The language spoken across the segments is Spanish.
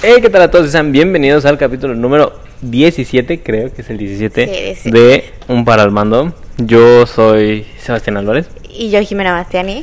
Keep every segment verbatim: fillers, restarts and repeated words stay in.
Hey, ¿qué tal a todos? Sean bienvenidos al capítulo número diecisiete, creo que es el diecisiete, Sí, diecisiete. de Un Para al Mando. Yo soy Sebastián Álvarez. Y yo, Jimena Bastiani.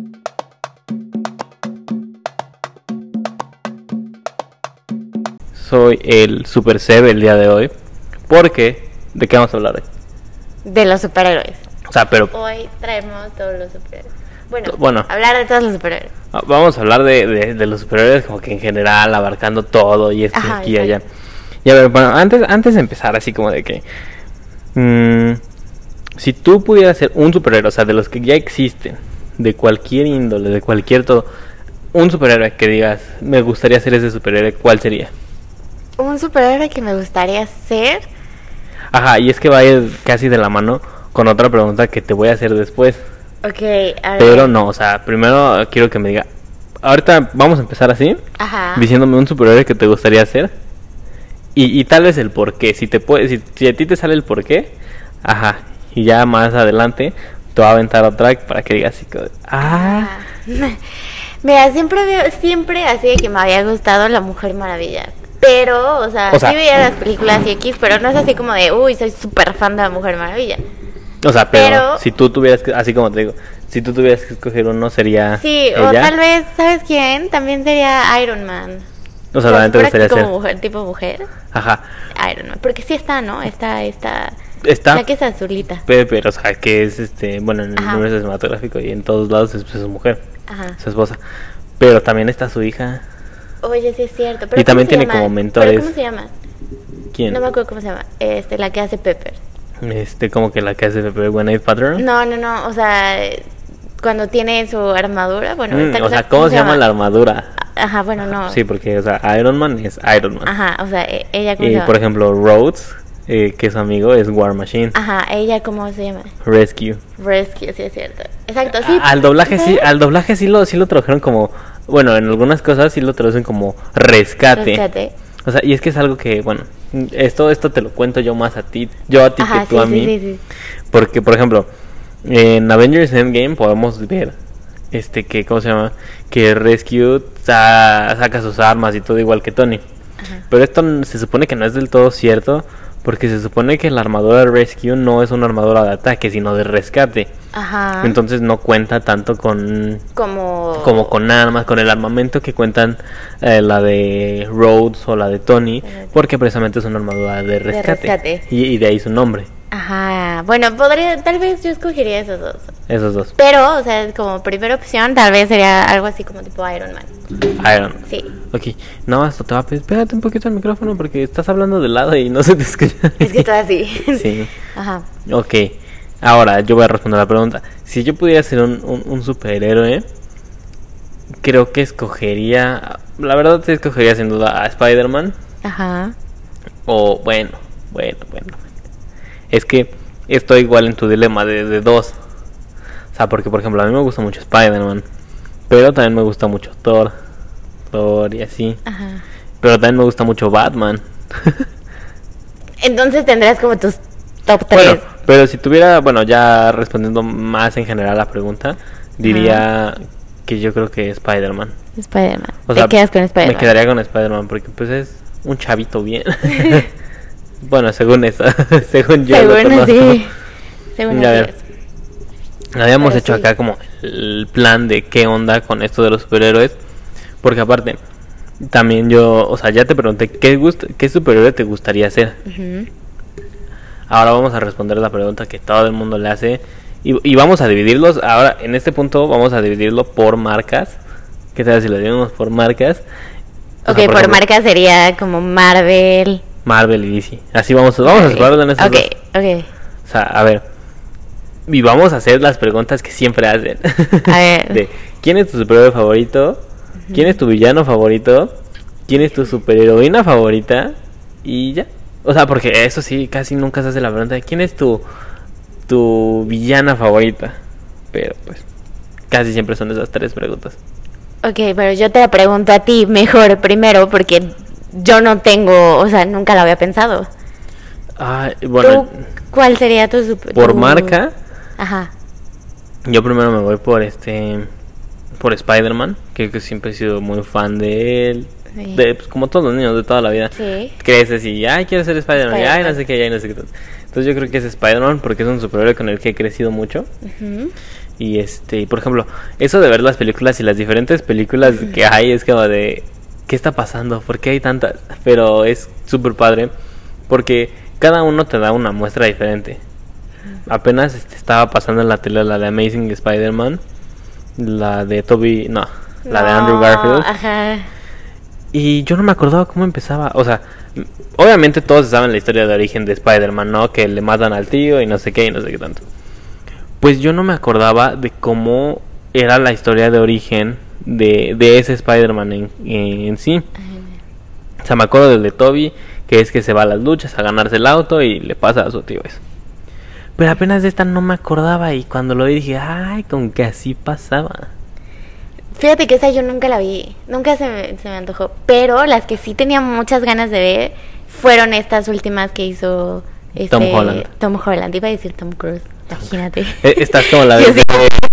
Soy el Super Seb el día de hoy. Porque, ¿de qué vamos a hablar hoy? De los superhéroes. O sea, pero Hoy traemos todos los superhéroes. Bueno, To- bueno. hablar de todos los superhéroes. ah, vamos a hablar de, de, de los superhéroes como que en general, abarcando todo y esto y Ajá, aquí y allá. exacto. Y a ver, bueno, antes, antes de empezar, así como de que... mm, si tú pudieras ser un superhéroe, o sea, de los que ya existen, de cualquier índole, de cualquier todo, un superhéroe que digas, me gustaría ser ese superhéroe, ¿cuál sería? Un superhéroe que me gustaría ser. Ajá, y es que va a ir casi de la mano con otra pregunta que te voy a hacer después. Ok, a ver. Pero no, o sea, primero quiero que me diga... Ahorita vamos a empezar así, Ajá. diciéndome un superhéroe que te gustaría ser. Y, y tal vez el por qué. Si, te puede, si, si a ti te sale el por qué, ajá. Y ya más adelante te va a aventar otra para que digas así como, ah, Ah. Mira, siempre veo, siempre así de que me había gustado La Mujer Maravilla. Pero, o sea, O sea, sí veía las películas y X, pero no es así como de, uy, soy súper fan de La Mujer Maravilla. o sea, pero, Pero- si tú tuvieras que, así como te digo, si tú tuvieras que escoger uno sería Sí, ella. o tal vez, ¿sabes quién? También sería Iron Man. O sea, también te si fuera gustaría como ser. mujer, tipo mujer, Ajá. Iron Man. Porque sí está, ¿no? Está, está... Está La que es azulita. Pepe, pero o sea, que es este, bueno, en el Ajá. universo cinematográfico y en todos lados es pues, su mujer, Ajá. su esposa. Pero también está su hija. Oye, sí es cierto. Pero Y también ¿cómo se tiene llama? como mentores. ¿Pero cómo se llama? ¿Quién? No me acuerdo cómo se llama. Este, la que hace Pepper. Este, como que la que hace Pepe Gwyneth Paltrow. No, no, no. O sea, cuando tiene su armadura, bueno, Mm, esta o cosa, sea, ¿cómo se llama la armadura? Ajá, bueno, no. Sí, porque, o sea, Iron Man es Iron Man. Ajá, o sea, e- ella cómo se Y llama. por ejemplo, Rhodes, eh, que es su amigo, es War Machine. Ajá, ella cómo se llama. Rescue. Rescue, sí es cierto. Exacto, sí. A- al doblaje sí, ¿sabes? al doblaje sí lo, sí lo tradujeron como, bueno, en algunas cosas sí lo traducen como rescate. Rescate. O sea, y es que es algo que, bueno, esto, esto te lo cuento yo más a ti, yo a ti Ajá, que tú sí, a sí, mí. sí, sí. Porque, por ejemplo, en Avengers Endgame podemos ver, este, que, ¿cómo se llama? Que Rescue sa- saca sus armas y todo igual que Tony. Ajá. Pero esto n- se supone que no es del todo cierto, porque se supone que la armadura de Rescue no es una armadura de ataque, sino de rescate. Ajá. Entonces no cuenta tanto con como... como con armas, con el armamento que cuentan eh, la de Rhodes o la de Tony, Exacto. porque precisamente es una armadura de rescate. rescate. Y, y de ahí su nombre, Ajá. Bueno, podría, tal vez yo escogería esos dos. esos dos. Pero, o sea, como primera opción, tal vez sería algo así como tipo Iron Man. Iron Man. Sí. Ok, no, esto te va a pedir, espérate un poquito el micrófono porque estás hablando de lado y no se te escucha. Es que estoy así. Sí, Ajá. ok. Ahora yo voy a responder la pregunta. Si yo pudiera ser un, un, un superhéroe, creo que escogería, la verdad sí escogería sin duda a Spider-Man. Ajá. O bueno, bueno, bueno. Es que estoy igual en tu dilema de, de dos. O sea, porque por ejemplo a mí me gusta mucho Spider-Man, pero también me gusta mucho Thor. Thor y así. Ajá. Pero también me gusta mucho Batman. Entonces tendrás como tus top tres. Bueno, pero si tuviera, bueno, ya respondiendo más en general a la pregunta, diría que yo creo que Spider-Man. Spider-Man. O Te sea, quedas con Spider-Man. Me quedaría con Spider-Man porque pues es un chavito bien. Bueno, según eso, según yo lo Según conozco. así. Según Ya así ver. es. Habíamos Pero hecho sí. acá como el plan de qué onda con esto de los superhéroes. Porque aparte, también yo, o sea, ya te pregunté qué, gust qué superhéroe te gustaría ser. Ujú. Ahora vamos a responder la pregunta que todo el mundo le hace. Y, y vamos a dividirlos. Ahora, en este punto, vamos a dividirlo por marcas. ¿Qué tal si lo dividimos por marcas? O Ok, sea, por, ejemplo, marca sería como Marvel. Marvel y D C. Así vamos, vamos a Marvel. separarlo en estos Ok, dos. ok. O sea, a ver. Y vamos a hacer las preguntas que siempre hacen. A ver. De, ¿quién es tu superhéroe favorito? ¿Quién es tu villano favorito? ¿Quién es tu superheroína favorita? Y ya. O sea, porque eso sí, casi nunca se hace la pregunta de quién es tu, tu villana favorita. Pero pues, casi siempre son esas tres preguntas. Ok, pero yo te la pregunto a ti mejor primero porque yo no tengo, o sea, nunca lo había pensado. Ay, bueno, ¿Tú cuál sería tu super... por tu- marca, Ajá. yo primero me voy por este... Por Spider-Man, que, que siempre he sido muy fan de él. Sí. De, pues, como todos los niños de toda la vida. Sí. Creces y, ay, quiero ser Spider-Man, y, ay, Spider-Man. no sé qué, ay, no sé qué. Entonces yo creo que es Spider-Man porque es un superhéroe con el que he crecido mucho. Ujú. Y este, por ejemplo, eso de ver las películas y las diferentes películas que hay es como de, ¿qué está pasando? ¿Por qué hay tantas? Pero es súper padre porque cada uno te da una muestra diferente. Apenas este, estaba pasando en la tele la de Amazing Spider-Man, la de Toby, no, la de No, Andrew Garfield. Ajá. Y yo no me acordaba cómo empezaba. O sea, obviamente todos saben la historia de origen de Spider-Man, ¿no? Que le matan al tío y no sé qué y no sé qué tanto. Pues yo no me acordaba de cómo era la historia de origen de, de ese Spider-Man en, en sí. O sea, me acuerdo del de Toby, que es que se va a las luchas a ganarse el auto y le pasa a su tío eso. Pero apenas de esta no me acordaba y cuando lo vi dije, ay, como que así pasaba. Fíjate que esa yo nunca la vi, nunca se me, se me antojó, pero las que sí tenía muchas ganas de ver fueron estas últimas que hizo este, Tom Holland. Tom Holland, iba a decir Tom Cruise, imagínate. Eh, Estás como la Yo de sí.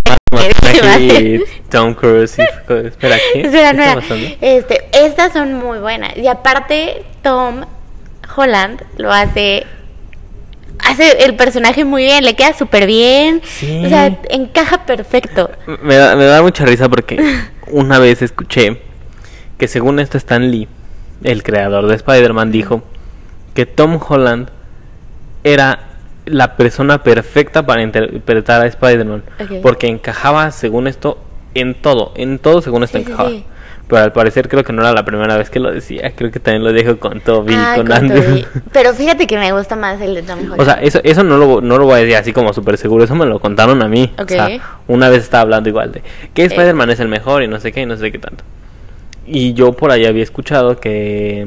y Tom Cruise y... Espera, ¿qué? Espera, ¿Qué no está era. pasando? Este, estas son muy buenas y aparte Tom Holland lo hace hace el personaje muy bien, le queda súper bien, Sí. o sea, encaja perfecto. Me da, me da mucha risa porque una vez escuché que según esto Stan Lee, el creador de Spider-Man, dijo que Tom Holland era la persona perfecta para interpretar a Spider-Man. Ok. Porque encajaba, según esto, en todo. En todo, según esto, Sí, sí, encajaba. sí. Pero al parecer creo que no era la primera vez que lo decía. Creo que también lo dijo con Toby Ah, y con con Andrew. Toby. Pero fíjate que me gusta más el de Tom Holland. O sea, eso, eso no, lo, no lo voy a decir así como súper seguro. Eso me lo contaron a mí. Ok. O sea, una vez estaba hablando igual de que Spider-Man es el mejor y no sé qué y no sé qué tanto. Y yo por ahí había escuchado que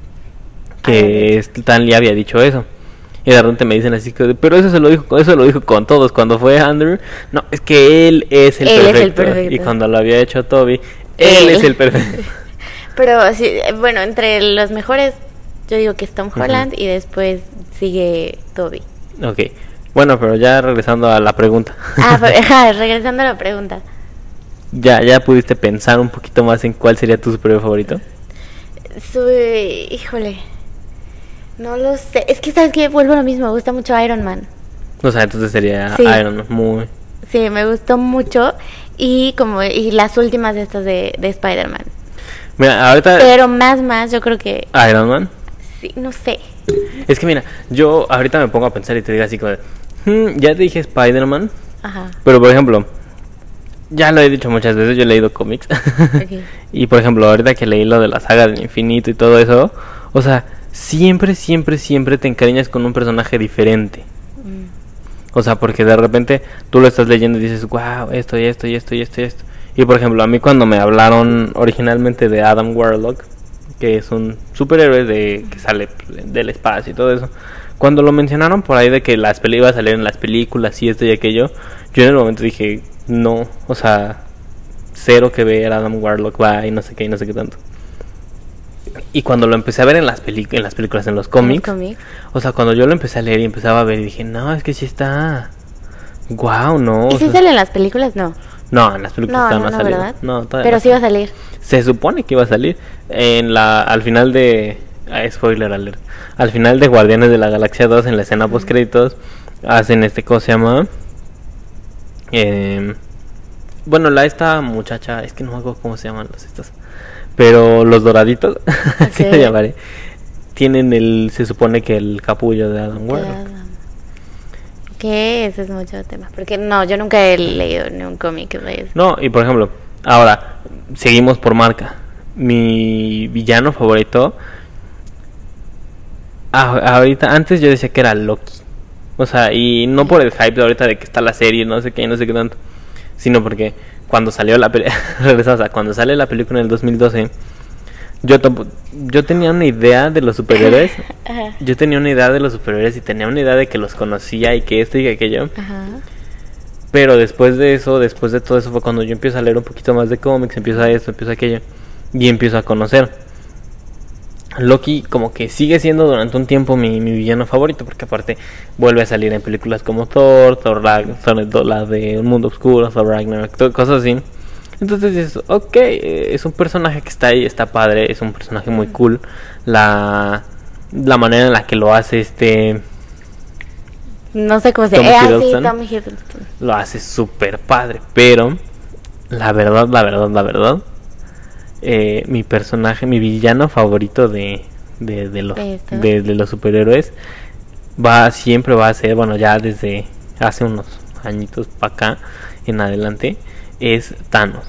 que Stan Lee había dicho eso. Y de repente me dicen así que, pero eso se lo dijo, eso lo dijo con todos. Cuando fue Andrew, no, es que él es el, Él es el perfecto. perfecto. Y cuando lo había hecho Toby, él, Él. es el perfecto. Pero sí, bueno, entre los mejores yo digo que es Tom Ujú. Holland y después sigue Toby. Ok. Bueno, pero ya regresando a la pregunta. Ah, pero, ajá, regresando a la pregunta. ya, ya pudiste pensar un poquito más en cuál sería tu superhéroe favorito. Soy, híjole, no lo sé. Es que sabes que vuelvo a lo mismo, me gusta mucho Iron Man. O sea, entonces sería Sí. Iron Man. Muy. Sí, me gustó mucho y como y las últimas de estas de, de Spider-Man. Mira, ahorita Pero más, más, yo creo que Iron Man. sí, no sé. Es que mira, yo ahorita me pongo a pensar y te digo así como, de, "Hmm, ya te dije Spider-Man, Ajá. pero por ejemplo, ya lo he dicho muchas veces, yo he leído cómics. Ok. Y por ejemplo, ahorita que leí lo de la saga del infinito y todo eso, o sea, siempre, siempre, siempre te encariñas con un personaje diferente. Mm. O sea, porque de repente tú lo estás leyendo y dices, wow, esto y esto y esto y esto y esto. Y por ejemplo, a mí cuando me hablaron originalmente de Adam Warlock, que es un superhéroe de que sale del espacio y todo eso, cuando lo mencionaron por ahí de que las peli iba a salir en las películas y esto y aquello, yo en el momento dije, no, o sea, cero que ver, Adam Warlock va y no sé qué y no sé qué tanto. Y cuando lo empecé a ver en las, peli en las películas, en los cómics, Los cómics. o sea, cuando yo lo empecé a leer y empezaba a ver y dije, no, es que sí está... Wow, no. ¿Y o si sea, sale en las películas? No. No, en las películas No, todavía no, no, no, ha salido. ¿verdad? No, todavía Pero no sí va a salido. salir. Se supone que iba a salir en la al final de ah, spoiler alert. Al final de Guardianes de la Galaxia dos, en la escena post créditos, hacen este, ¿cómo se llama? Eh, bueno, la esta muchacha, es que no me acuerdo cómo se llaman los estos, pero los doraditos, así Ok. lo llamaré, tienen el, se supone que el capullo de Adam Warlock. Que ese es mucho tema. Porque no, yo nunca he leído ni un cómic de eso. No, y por ejemplo, ahora, seguimos por marca. Mi villano favorito, ah, ahorita, antes yo decía que era Loki. O sea, y no por el hype de ahorita de que está la serie, no sé qué, no sé qué tanto, sino porque cuando salió la película, regresamos a cuando sale la película en el dos mil doce, yo, yo tenía una idea de los superhéroes. Ajá. Yo tenía una idea de los superhéroes y tenía una idea de que los conocía y que esto y que aquello. Ajá. Pero después de eso, después de todo eso fue cuando yo empiezo a leer un poquito más de cómics, empiezo a esto, empiezo a aquello y empiezo a conocer. Loki como que sigue siendo durante un tiempo mi, mi villano favorito, porque aparte vuelve a salir en películas como Thor, Thor, Rag- Thor la de Un Mundo Oscuro, Thor Ragnarok, to- cosas así. Entonces dices, ok, eh, es un personaje que está ahí, está padre, es un personaje muy cool. La, la manera en la que lo hace este... No sé cómo se Tom llama. Eh, ah, sí, Hiddleston. Tom Hiddleston. Lo hace súper padre, pero la verdad, la verdad, la verdad, eh, mi personaje, mi villano favorito de, de, de, los, ¿Esto? de, de los superhéroes va siempre va a ser, bueno, ya desde hace unos añitos para acá en adelante, es Thanos.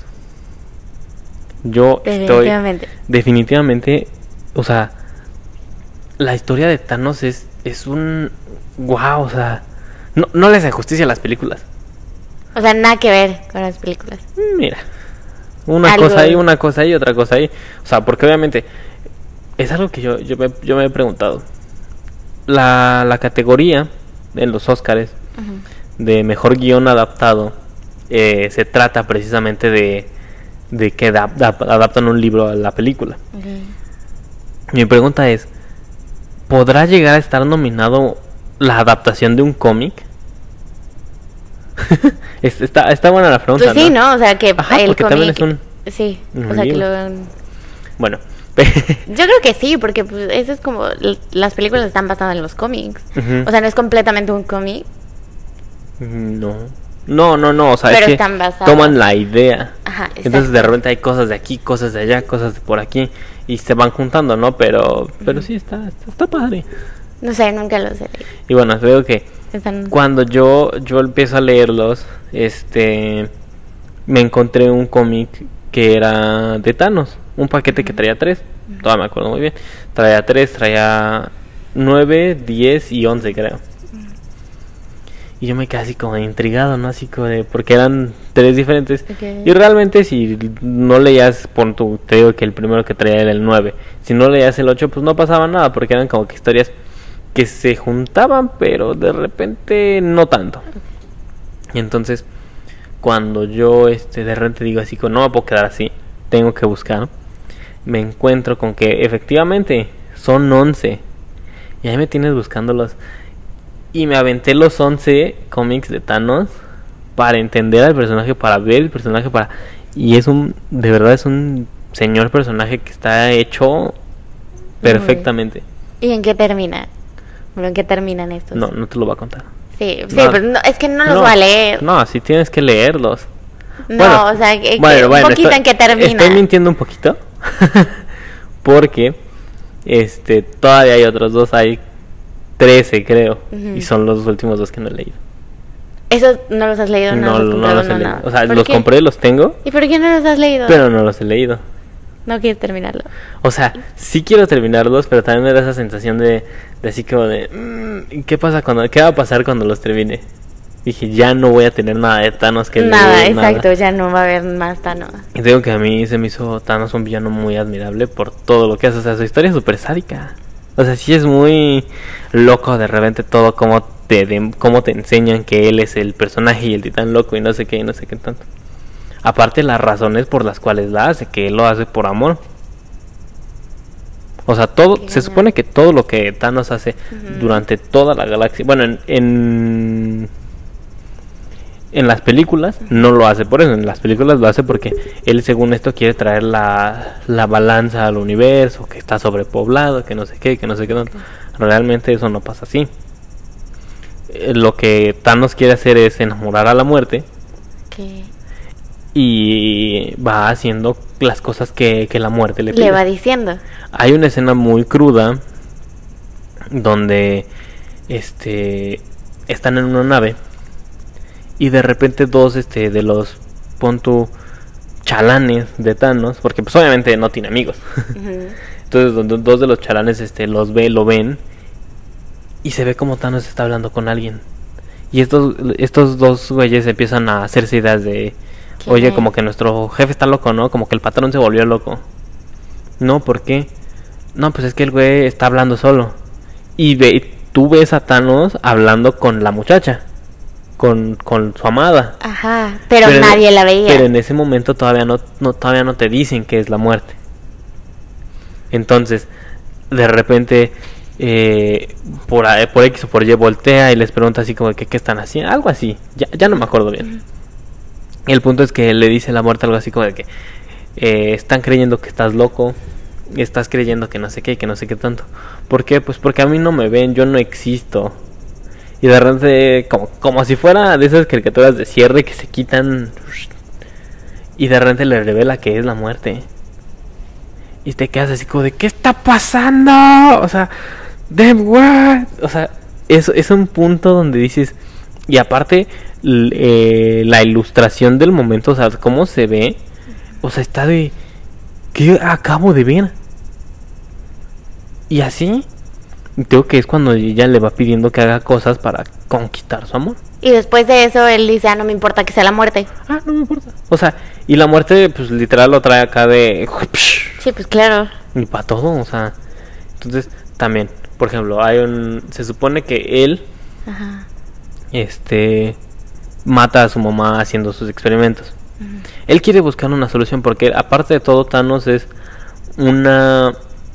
Yo estoy Definitivamente. definitivamente, o sea, la historia de Thanos es, es un wow, o sea, no, no le hace justicia a las películas. O sea, nada que ver con las películas. Mira, una Algo- cosa ahí, una cosa ahí, otra cosa ahí. O sea, porque obviamente es algo que yo, yo, me, yo me he preguntado. La, la categoría en los Óscares Ujú. de mejor guión adaptado eh, se trata precisamente de, de que adap- adap- adaptan un libro a la película. Ok. Mi pregunta es, ¿podrá llegar a estar nominado la adaptación de un cómic? Es- está, está buena la pregunta, Pues sí, ¿no? ¿no? O sea, que Ajá, el porque también cómic... es un... Sí, un o sea, que libro. lo... Bueno, Yo creo que sí, porque pues, eso es como... l- Las películas están basadas en los cómics. Ujú. O sea, no es completamente un cómic. no, no, no, no, o sea, Pero es que están basadas. toman la idea. Ajá, Entonces de exacto. repente hay cosas de aquí, cosas de allá, cosas de por aquí y se van juntando, ¿no? Pero, pero sí está, está, está padre. No sé, nunca lo sé. Y bueno, veo que Están... cuando yo yo empiezo a leerlos, este, me encontré un cómic que era de Thanos, un paquete que traía tres, todavía me acuerdo muy bien, traía tres, traía nueve, diez y once creo. Y yo me quedé así como intrigado, ¿no? Así como de, porque eran tres diferentes. Ok. Y realmente si no leías, por tu, te digo que el primero que traía era el nueve. Si no leías el ocho, pues no pasaba nada, porque eran como que historias que se juntaban, pero de repente no tanto. Y entonces, cuando yo este de repente digo así, como no me puedo quedar así, tengo que buscar, me encuentro con que efectivamente son once. Y ahí me tienes buscándolos. Y me aventé los once cómics de Thanos para entender al personaje, para ver el personaje, para... Y es un... De verdad es un señor personaje que está hecho perfectamente. ¿Y en qué termina? Bueno, ¿en qué terminan estos? No, no te lo voy a contar. Sí, sí, No. pero no, es que no los No, voy a leer. No, No, sí tienes que leerlos. o sea, que, que bueno, bueno, un poquito estoy- en qué termina. Estoy mintiendo un poquito. Porque este todavía hay otros dos, hay trece creo. Ujú. Y son los últimos dos que no he leído. ¿Esos no los has leído? No, los has no comprado, los he no, leído. nada. O sea, ¿Por los qué? compré, los tengo, ¿Y por qué no los has leído? pero no los he leído. No quieres terminarlo. O sea, sí quiero terminarlos, pero también me da esa sensación de, de así como de... mm, ¿Qué pasa cuando... ¿Qué va a pasar cuando los termine? Dije, ya no voy a tener nada de Thanos que Nada, leer, nada. exacto, ya no va a haber más Thanos. Y digo que a mí se me hizo Thanos un villano muy admirable por todo lo que hace. O sea, su historia es súper sádica. O sea, sí es muy loco de repente todo como te, de, cómo te enseñan que él es el personaje y el titán loco y no sé qué y no sé qué tanto. Aparte las razones por las cuales la hace, que él lo hace por amor. O sea, todo, Qué se genial. supone que todo lo que Thanos hace Ujú. durante toda la galaxia, bueno, en, en en las películas no lo hace por eso, en las películas lo hace porque él según esto quiere traer la, la balanza al universo, que está sobrepoblado, que no sé qué, que no sé qué tanto. Realmente eso no pasa así. Eh, Lo que Thanos quiere hacer es enamorar a la muerte Que y va haciendo las cosas que, que la muerte le pide. le va diciendo. Hay una escena muy cruda donde este están en una nave y de repente dos este de los pon tú chalanes de Thanos, porque pues obviamente no tiene amigos. Ujú. Entonces donde dos de los chalanes este los ve, lo ven y se ve como Thanos está hablando con alguien. Y estos estos dos güeyes empiezan a hacerse ideas de ¿Quién oye, es? como que nuestro jefe está loco, ¿no? Como que el patrón se volvió loco. No, ¿por qué? No, pues es que el güey está hablando solo. Y ve, tú ves a Thanos hablando con la muchacha. Con, con su amada. Ajá, pero, en- nadie la veía. Pero en ese momento todavía no, no, todavía no te dicen que es la muerte. Entonces, de repente, eh, por, a- por X o por Y voltea y les pregunta así como que qué están haciendo. Algo así. Ya, ya no me acuerdo bien. El punto es que le dice la muerte algo así como de que eh, están creyendo que estás loco, estás creyendo que no sé qué, que no sé qué tanto. ¿Por qué? Pues porque a mí no me ven, yo no existo. Y de repente, como, como si fuera de esas caricaturas de cierre que se quitan. Y de repente le revela que es la muerte. Y te quedas así como de, ¿qué está pasando? O sea, damn what? O sea, es, es un punto donde dices... Y aparte, eh, la ilustración del momento, o sea, cómo se ve. O sea, está de... ¿Qué acabo de ver? Y así... Creo que es cuando ella le va pidiendo que haga cosas para conquistar su amor. Y después de eso él dice, ah, no me importa que sea la muerte. Ah, no me importa. O sea, y la muerte, pues literal lo trae acá de... Sí, pues claro. Y para todo, o sea. Entonces, también, por ejemplo, hay un... Se supone que él... Ajá. Este... Mata a su mamá haciendo sus experimentos. Uh-huh. Él quiere buscar una solución porque, aparte de todo, Thanos es una...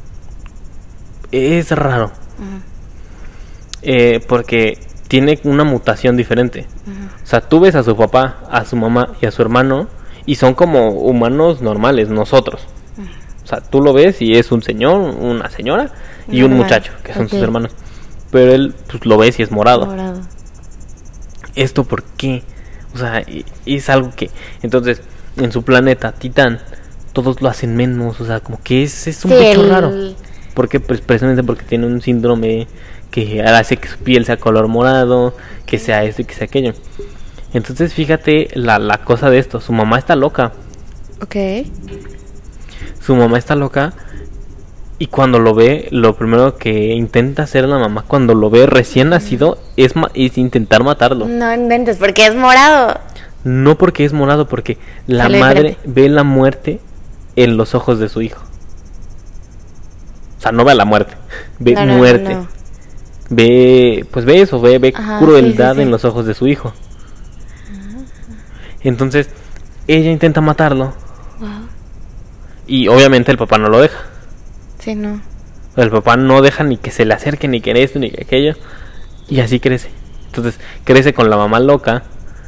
Es raro. Uh-huh. Eh, porque tiene una mutación diferente. Uh-huh. O sea, tú ves a su papá, a su mamá y a su hermano y son como humanos normales, nosotros. Uh-huh. O sea, tú lo ves y es un señor, una señora y Normal. un muchacho, que son okay. sus hermanos. Pero él, pues lo ves y es morado. morado. ¿Esto por qué? O sea, es algo que... Entonces, en su planeta, Titán, todos lo hacen menos. O sea, como que es, es un sí, bicho el... raro. Porque pues precisamente porque tiene un síndrome que hace que su piel sea color morado, que sea esto y que sea aquello. Entonces fíjate la, la cosa de esto, su mamá está loca. Ok. Su mamá está loca y cuando lo ve, lo primero que intenta hacer la mamá cuando lo ve recién nacido es, ma- es intentar matarlo. No inventes, porque es morado. No porque es morado, porque la madre diferente. ve la muerte en los ojos de su hijo. O sea, no ve a la muerte, ve no, no, muerte. No. Ve, pues ve eso, ve, ve Ajá, crueldad sí, sí, sí. en los ojos de su hijo. Entonces, ella intenta matarlo. Wow. Y obviamente el papá no lo deja. Sí, no. El papá no deja ni que se le acerque, ni que esto, ni que aquello. Y así crece. Entonces, crece con la mamá loca.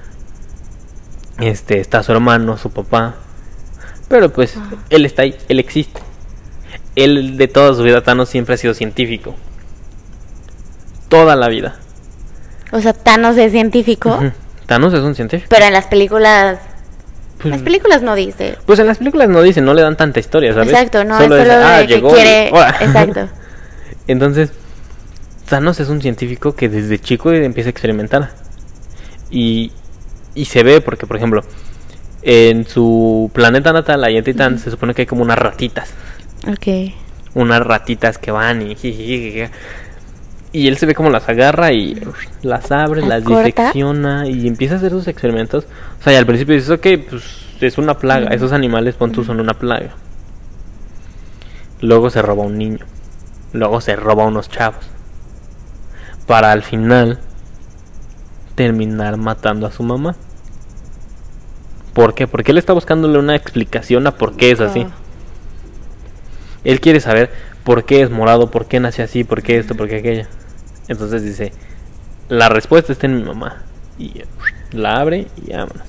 Este, está su hermano, su papá. Pero pues, wow. él está ahí, él existe. Él de toda su vida, Thanos siempre ha sido científico. Toda la vida. O sea, Thanos es científico. Uh-huh. Thanos es un científico. Pero en las películas... Pues, las películas no dice. Pues en las películas no dicen, no le dan tanta historia, ¿sabes? Exacto, no, solo es solo es, ah, de que llegó quiere... Y... Exacto. Entonces, Thanos es un científico que desde chico empieza a experimentar. Y, y se ve porque, por ejemplo, en su planeta natal, ahí en Titán, uh-huh. se supone que hay como unas ratitas. Ok. Unas ratitas que van y... Y él se ve como las agarra y las abre, las, las disecciona y empieza a hacer sus experimentos. O sea, y al principio dices, ok, pues es una plaga. Uh-huh. Esos animales, pon tú, son una plaga. Luego se roba un niño. Luego se roba unos chavos. Para al final terminar matando a su mamá. ¿Por qué? Porque él está buscándole una explicación a por qué es así. Uh-huh. Él quiere saber por qué es morado, por qué nace así, por qué esto, por qué aquello. Entonces dice, la respuesta está en mi mamá. Y la abre y vámonos.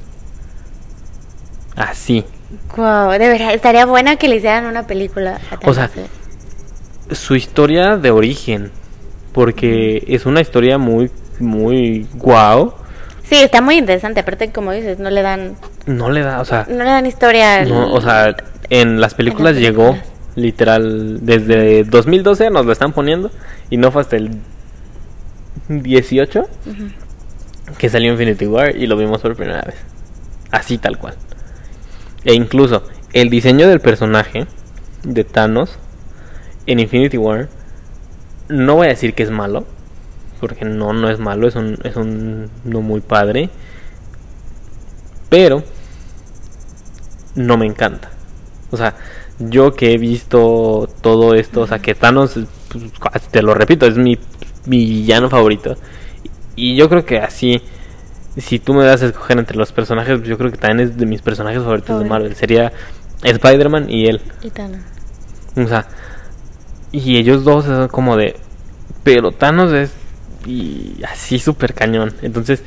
Así. Wow, de verdad, estaría buena que le hicieran una película. O sea, su historia de origen. Porque es una historia muy, muy guau. Sí, está muy interesante. Aparte, como dices, no le dan... No le da, o sea... No le dan historia. No, al... o sea, en las películas, en las películas llegó... Literal, desde dos mil doce nos lo están poniendo. Y no fue hasta el dieciocho uh-huh. que salió Infinity War y lo vimos por primera vez. Así tal cual. E incluso el diseño del personaje de Thanos en Infinity War, no voy a decir que es malo, porque no, no es malo, es un, es un no muy padre, pero no me encanta. O sea, yo que he visto todo esto, o sea, que Thanos, pues, te lo repito, es mi, mi villano favorito. Y yo creo que así, si tú me das a escoger entre los personajes, yo creo que también es de mis personajes favoritos Pobre. de Marvel. Sería Spider-Man y él. Y Thanos. O sea, y ellos dos son como de... Pero Thanos es y así súper cañón. Entonces,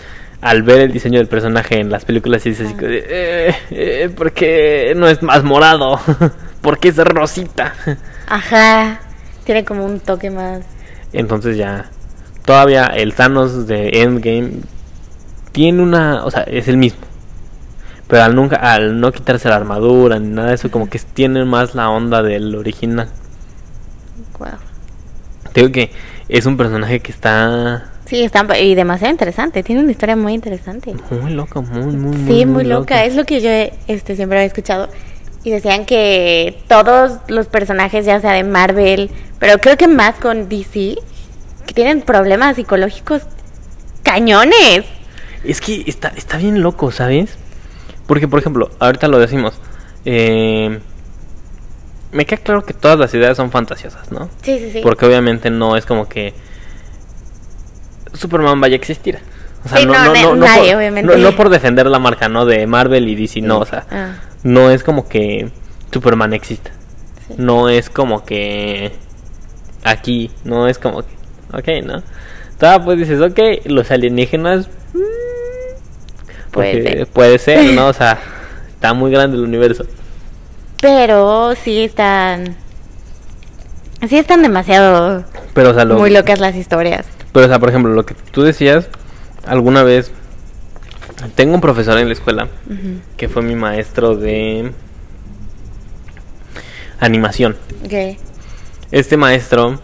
al ver el diseño del personaje en las películas, y dices así, eh, eh, ¿por qué no es más morado? ¿Por qué es rosita? Ajá, tiene como un toque más. Entonces ya, todavía el Thanos de Endgame tiene una, o sea, es el mismo. Pero al nunca, al no quitarse la armadura ni nada de eso, como que tiene más la onda del original. Wow. Te digo que es un personaje que está... Sí, está y demasiado interesante. Tiene una historia muy interesante. Muy loca, muy, muy, muy, sí, muy, muy loca. loca. Es lo que yo este, siempre había escuchado. Y decían que todos los personajes, ya sea de Marvel, pero creo que más con D C, que tienen problemas psicológicos cañones. Es que está, está bien loco, ¿sabes? Porque, por ejemplo, ahorita lo decimos. Eh, me queda claro que todas las ideas son fantasiosas, ¿no? Sí, sí, sí. Porque obviamente no es como que Superman vaya a existir. O sea, sí, no, no, no, no, no, nadie, por, obviamente. No, no por defender la marca, ¿no? De Marvel y D C, no, o sea, ah. no es como que Superman exista. Sí. No es como que aquí, no es como que, ok, ¿no? Todavía pues dices, ok, los alienígenas, mmm, puede ser. puede ser, ¿no? O sea, está muy grande el universo. Pero sí están, sí están demasiado, pero, o sea, lo, muy locas las historias. Pero, o sea, por ejemplo, lo que tú decías, alguna vez, tengo un profesor en la escuela, uh-huh, que fue mi maestro de animación. Okay. Este maestro,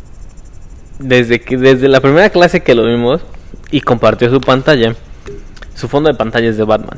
desde que desde la primera clase que lo vimos y compartió su pantalla, su fondo de pantalla es de Batman.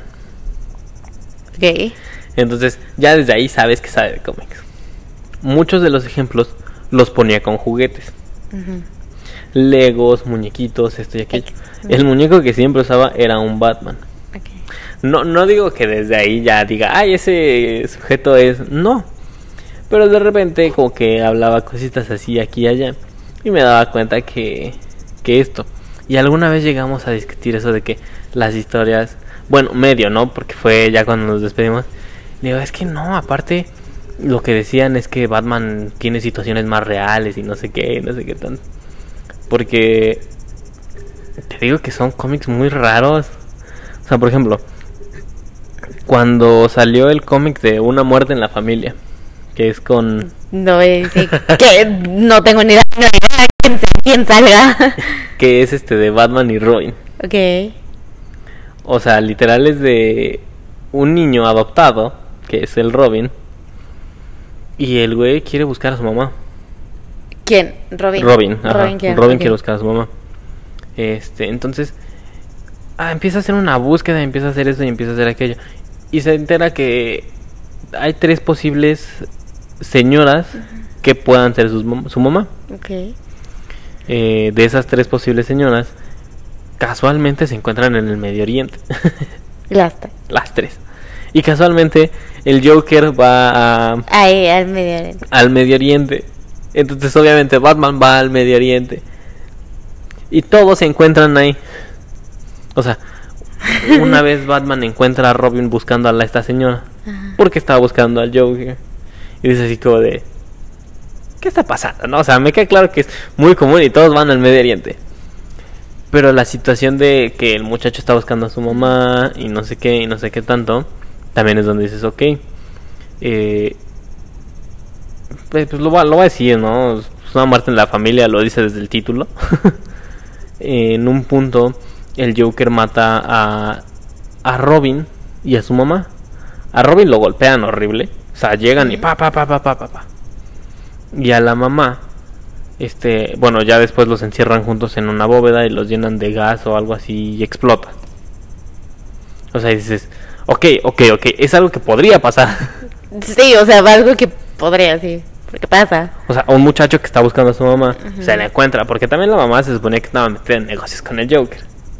Okay. Entonces, ya desde ahí sabes que sabe de cómics. Muchos de los ejemplos los ponía con juguetes. Uh-huh. Legos, muñequitos, esto y aquello. Uh-huh. El muñeco que siempre usaba era un Batman. Okay. No, no digo que desde ahí ya diga, ay, ese sujeto es... No. Pero de repente como que hablaba cositas así aquí y allá. Y me daba cuenta que, que esto. Y alguna vez llegamos a discutir eso de que las historias... Bueno, medio, ¿no? Porque fue ya cuando nos despedimos. Digo, es que no, aparte... Lo que decían es que Batman tiene situaciones más reales y no sé qué, no sé qué tanto. Porque... Te digo que son cómics muy raros. O sea, por ejemplo... Cuando salió el cómic de Una muerte en la familia... Que es con... No, es que no tengo ni idea, no, ni idea quién, quién salga. Que es este de Batman y Robin. Ok. O sea, literal es de un niño adoptado, que es el Robin. Y el güey quiere buscar a su mamá. ¿Quién? Robin. Robin, ajá. Robin, quiere, Robin okay. quiere buscar a su mamá. Este, entonces... Ah, empieza a hacer una búsqueda, empieza a hacer esto y empieza a hacer aquello. Y se entera que hay tres posibles... señoras uh-huh. que puedan ser sus, su mamá. Okay. Eh, de esas tres posibles señoras, casualmente se encuentran en el Medio Oriente. Las tres. Las tres. Y casualmente el Joker va a, Ahí, al Medio Oriente. Al Medio Oriente. Entonces obviamente Batman va al Medio Oriente. Y todos se encuentran ahí. O sea, una vez Batman encuentra a Robin buscando a la, esta señora. Uh-huh. Porque estaba buscando al Joker. Y dice así como de... ¿Qué está pasando? ¿No? O sea, me queda claro que es muy común y todos van al Medio Oriente. Pero la situación de que el muchacho está buscando a su mamá y no sé qué y no sé qué tanto, también es donde dices, ok. Eh, pues, pues lo, va, lo voy a decir, ¿no? Es una muerte en la familia, lo dice desde el título. En un punto, el Joker mata a, a Robin y a su mamá. A Robin lo golpean horrible. O sea, llegan y pa, pa, pa, pa, pa, pa, pa. Y a la mamá, este, bueno, ya después los encierran juntos en una bóveda y los llenan de gas o algo así y explota. O sea, y dices, ok, ok, ok, es algo que podría pasar. Sí, o sea, algo que podría, sí, porque pasa. O sea, un muchacho que está buscando a su mamá, uh-huh. se la encuentra, porque también la mamá se suponía que estaba metida en negocios con el Joker.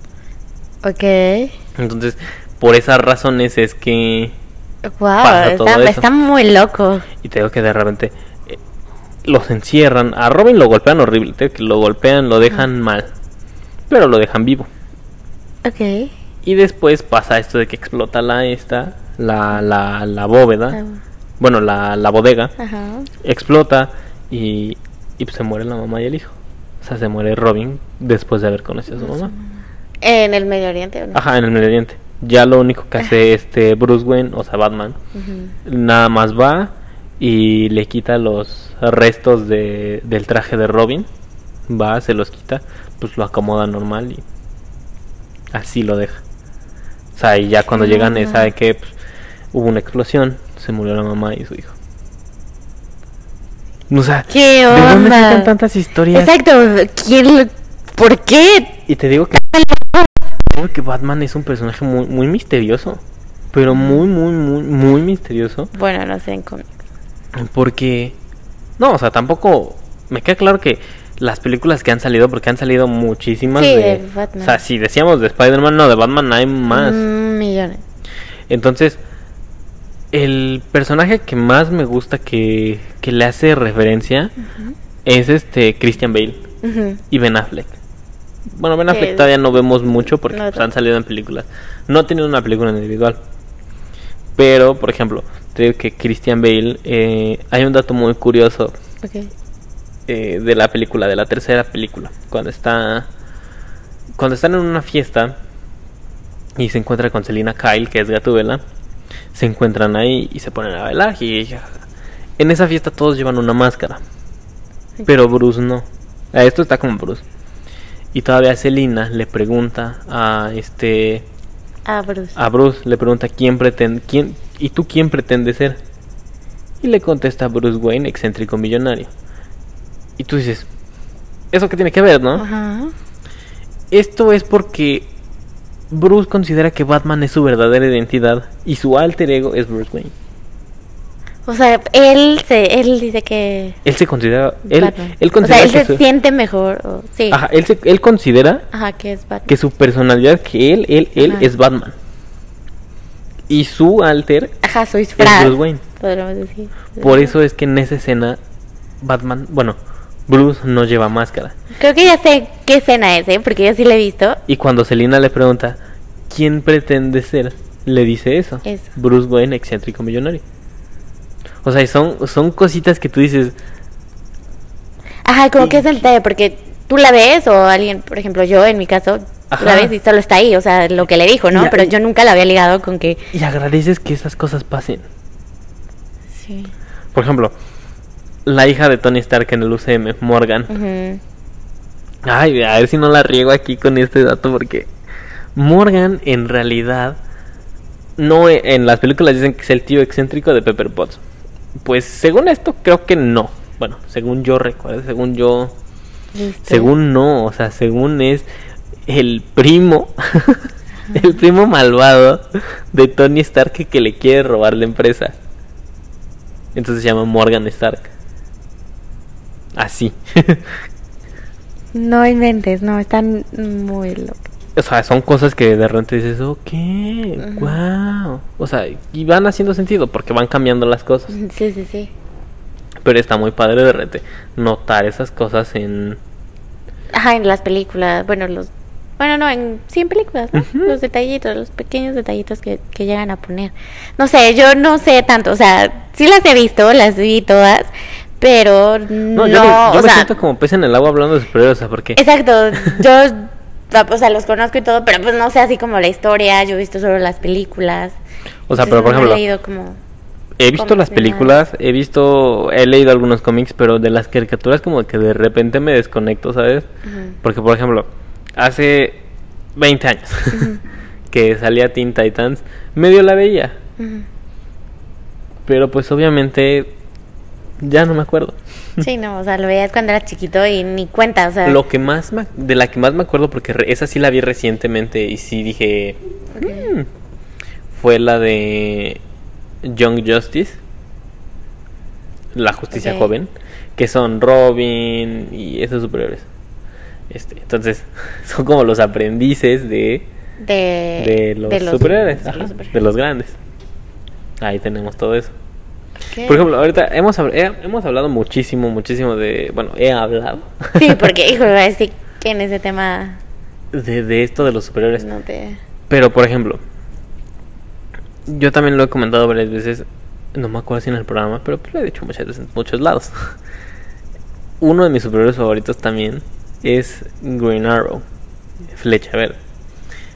Ok. Entonces, por esas razones es que... Wow, está, está muy loco. Y te digo que de repente eh, los encierran. A Robin lo golpean horrible. Te digo que lo golpean, lo dejan uh-huh. mal. Pero lo dejan vivo. Ok. Y después pasa esto de que explota la esta, la, la, la bóveda. Uh-huh. Bueno, la, la bodega. Uh-huh. Explota y, y pues se muere la mamá y el hijo. O sea, se muere Robin después de haber conocido a su mamá. ¿En el Medio Oriente o no? Ajá, en el Medio Oriente. Ya lo único que hace este Bruce Wayne, o sea, Batman, uh-huh. nada más va y le quita los restos de, del traje de Robin. Va, se los quita, pues lo acomoda normal y así lo deja. O sea, y ya cuando uh-huh. llegan, sabe que pues, hubo una explosión, se murió la mamá y su hijo. O sea, ¿qué onda? ¿de dónde sacan tantas historias? Exacto, ¿quién, ¿por qué? Y te digo que digo que Batman es un personaje muy muy misterioso, pero muy muy muy muy misterioso. Bueno, no sé en cómics. Porque no, o sea, tampoco me queda claro que las películas que han salido, porque han salido muchísimas sí, de, de Batman. O sea, si decíamos de Spider-Man, no, de Batman hay más. Mm, millones. Entonces, el personaje que más me gusta que, que le hace referencia uh-huh. es este Christian Bale uh-huh. y Ben Affleck. Bueno, Ben Affleck todavía no vemos mucho porque no, pues, han salido en películas. No ha tenido una película individual. Pero, por ejemplo, creo que Christian Bale, eh, hay un dato muy curioso okay. eh, de la película, de la tercera película, cuando está, cuando están en una fiesta y se encuentra con Selina Kyle, que es Gatúbela. Se encuentran ahí y se ponen a bailar y en esa fiesta todos llevan una máscara, pero Bruce no. A esto está como Bruce. Y todavía Selina le pregunta a este a Bruce. A Bruce le pregunta quién pretende quién y tú quién pretendes ser. Y le contesta Bruce Wayne, excéntrico millonario. Y tú dices, ¿eso qué tiene que ver, no? Ajá. Esto es porque Bruce considera que Batman es su verdadera identidad y su alter ego es Bruce Wayne. O sea, él se, él dice que él se considera, él, Batman. él considera, o sea, él se su, siente mejor, o, sí. Ajá, él se, él considera, ajá, que es Batman. Que su personalidad, que él, él, él ajá. es Batman. Y su alter, ajá, su es Bruce Wayne. Podríamos decir. Por eso es que en esa escena Batman, bueno, Bruce no lleva máscara. Creo que ya sé qué escena es, ¿eh? Porque yo sí la he visto. Y cuando Selina le pregunta ¿quién pretende ser? Le dice eso, eso. Bruce Wayne, excéntrico millonario. O sea, son, son cositas que tú dices. Ajá, como y... que es el detalle, porque tú la ves o alguien, por ejemplo, yo en mi caso, ajá. la ves y solo está ahí, o sea, lo que le dijo, ¿no? Y, Pero yo nunca la había ligado con que... Y agradeces que esas cosas pasen. Sí. Por ejemplo, la hija de Tony Stark en el U C M, Morgan. Uh-huh. Ay, a ver si no la riego aquí con este dato, porque Morgan en realidad, no en las películas dicen que es el tío excéntrico de Pepper Potts. Pues según esto creo que no. Bueno, según yo recuerdo, según yo, ¿Listo? según no, o sea, según es el primo, el primo malvado de Tony Stark que le quiere robar la empresa. Entonces se llama Morgan Stark. Así. No inventes, no, están muy locos. O sea, son cosas que de repente dices, ok, uh-huh. wow. O sea, y van haciendo sentido porque van cambiando las cosas. Sí, sí, sí. Pero está muy padre de repente notar esas cosas en... Ajá, en las películas, bueno, los... Bueno, no, en sí en películas, ¿no? Uh-huh. Los detallitos, los pequeños detallitos que, que llegan a poner. No sé, yo no sé tanto, o sea, sí las he visto, las vi todas, pero no... No, yo, me, yo o me sea, siento como pez en el agua hablando de superhéroes, o sea, porque... Exacto, yo... O sea, los conozco y todo, pero pues no sé así como la historia, yo he visto solo las películas. O sea, pero por no ejemplo, he leído como he visto las películas, he visto, he leído algunos cómics, pero de las caricaturas como que de repente me desconecto, ¿sabes? Uh-huh. Porque por ejemplo, hace veinte años uh-huh. que salía Teen Titans, medio la veía. Uh-huh. Pero pues obviamente ya no me acuerdo. Sí, no, o sea, lo veías cuando eras chiquito y ni cuenta, o sea... Lo que más, me, de la que más me acuerdo, porque re, esa sí la vi recientemente y sí dije... Okay. Mmm, fue la de Young Justice, la justicia okay. joven, que son Robin y esos superiores. Este, entonces, son como los aprendices de... De, de, los, de los superiores, de ajá, los superiores, de los grandes. Ahí tenemos todo eso. ¿Qué? Por ejemplo, ahorita hemos, he, hemos hablado muchísimo, muchísimo de... Bueno, he hablado. Sí, porque, hijo, iba a decir que en ese tema... De, de esto de los superiores. No te... Pero, por ejemplo, yo también lo he comentado varias veces, no me acuerdo si en el programa, pero pues lo he dicho muchas veces en muchos lados. Uno de mis superiores favoritos también es Green Arrow, Flecha Verde.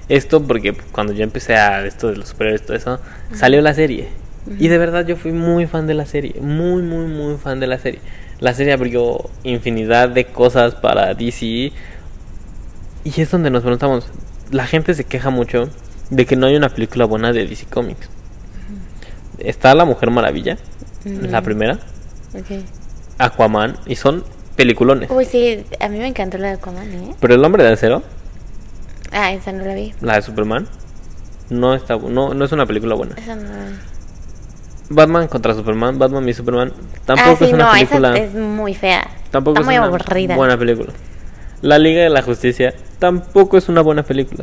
Esto porque cuando yo empecé a esto de los superhéroes y todo eso, uh-huh. salió la serie. Uh-huh. Y de verdad yo fui muy fan de la serie. Muy, muy, muy fan de la serie. La serie abrió infinidad de cosas para D C. Y es donde nos preguntamos, la gente se queja mucho de que no hay una película buena de D C Comics. Uh-huh. Está La Mujer Maravilla, uh-huh. la primera. Okay. Aquaman, y son peliculones. Uy, sí, a mí me encantó la de Aquaman, ¿eh? Pero El Hombre de Acero, ah, esa no la vi. la de Superman, no está no, no es una película buena. Esa no la vi. Batman contra Superman, Batman y Superman, tampoco ah, sí, es una no, película. Esa es muy fea. Tampoco está es muy una aburrida. buena película. La Liga de la Justicia tampoco es una buena película.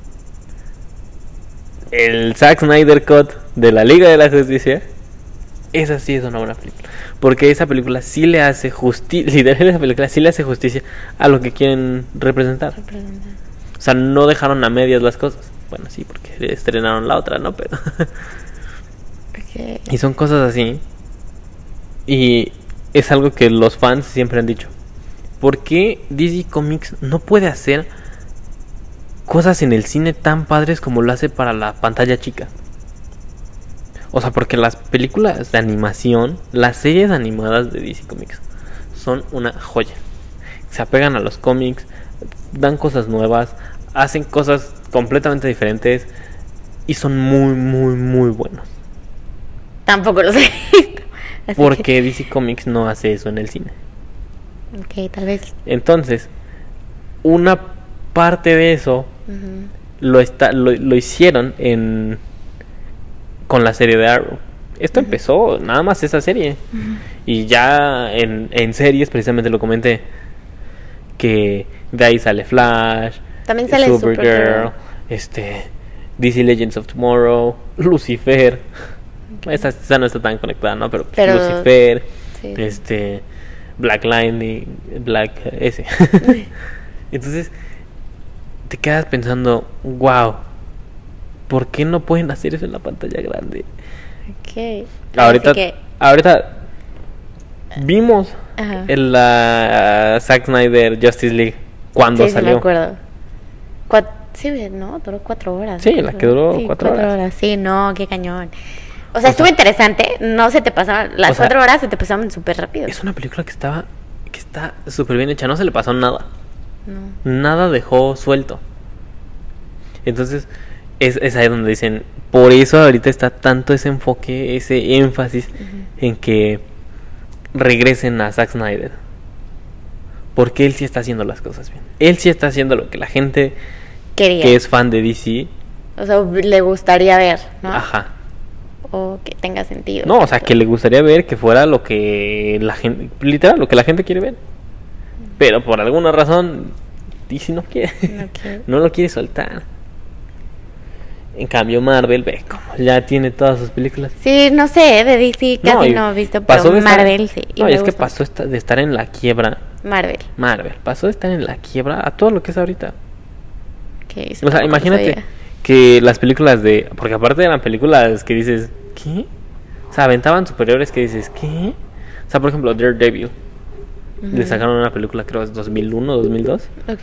El Zack Snyder Cut de la Liga de la Justicia, esa sí es una buena película, porque esa película sí le hace justicia, literalmente esa película sí le hace justicia a lo que quieren representar. Representar. O sea, no dejaron a medias las cosas. Bueno, sí, porque estrenaron la otra, ¿no? Pero okay. Y son cosas así. Y es algo que los fans siempre han dicho. ¿Por qué D C Comics no puede hacer cosas en el cine tan padres como lo hace para la pantalla chica? O sea, porque las películas de animación, las series animadas de D C Comics son una joya. Se apegan a los cómics, dan cosas nuevas, hacen cosas completamente diferentes y son muy, muy, muy buenos. Tampoco los he visto. Porque que... D C Comics no hace eso en el cine. Ok, tal vez. Entonces, una parte de eso uh-huh. lo, está, lo, lo hicieron en con la serie de Arrow. Esto uh-huh. empezó nada más esa serie. Uh-huh. Y ya en, en series, precisamente lo comenté, que de ahí sale Flash, también sale Supergirl, Supergirl, este, D C Legends of Tomorrow, Lucifer. Okay. Esa, esa no está tan conectada, ¿no? Pero, Pero Lucifer, sí. este, Black Lightning, Black ese. Entonces te quedas pensando, wow, ¿por qué no pueden hacer eso en la pantalla grande? Okay. Ahorita, que... ahorita vimos Ajá. en la uh, Zack Snyder Justice League cuando sí, salió. Sí, me acuerdo. Cuat- sí, no, duró cuatro horas. Sí, la que duró sí, cuatro, cuatro horas. horas. Sí, no, qué cañón. O sea, o estuvo sea, interesante, no se te pasaban, las o sea, cuatro horas se te pasaban súper rápido. Es una película que estaba, que está súper bien hecha, no se le pasó nada. No. Nada dejó suelto. Entonces, es, es ahí donde dicen, por eso ahorita está tanto ese enfoque, ese énfasis uh-huh. en que regresen a Zack Snyder. Porque él sí está haciendo las cosas bien. Él sí está haciendo lo que la gente quería, que es fan de D C, o sea, le gustaría ver, ¿no? Ajá. O que tenga sentido. No, o sea, que le gustaría ver que fuera lo que la gente, literal, lo que la gente quiere ver. Pero por alguna razón D C no quiere. No, quiere. No lo quiere soltar. En cambio Marvel, ve, como ya tiene todas sus películas. Sí, no sé, de D C casi no, no he visto, pero Marvel estar, sí. Y no, y es que pasó esta, de estar en la quiebra. Marvel. Marvel, pasó de estar en la quiebra a todo lo que es ahorita. Okay, o sea, imagínate que las películas de... Porque aparte eran películas que dices, ¿qué? O sea, aventaban superiores que dices, ¿qué? O sea, por ejemplo, Daredevil. Uh-huh. Le sacaron una película, creo es dos mil uno, dos mil dos. Ok.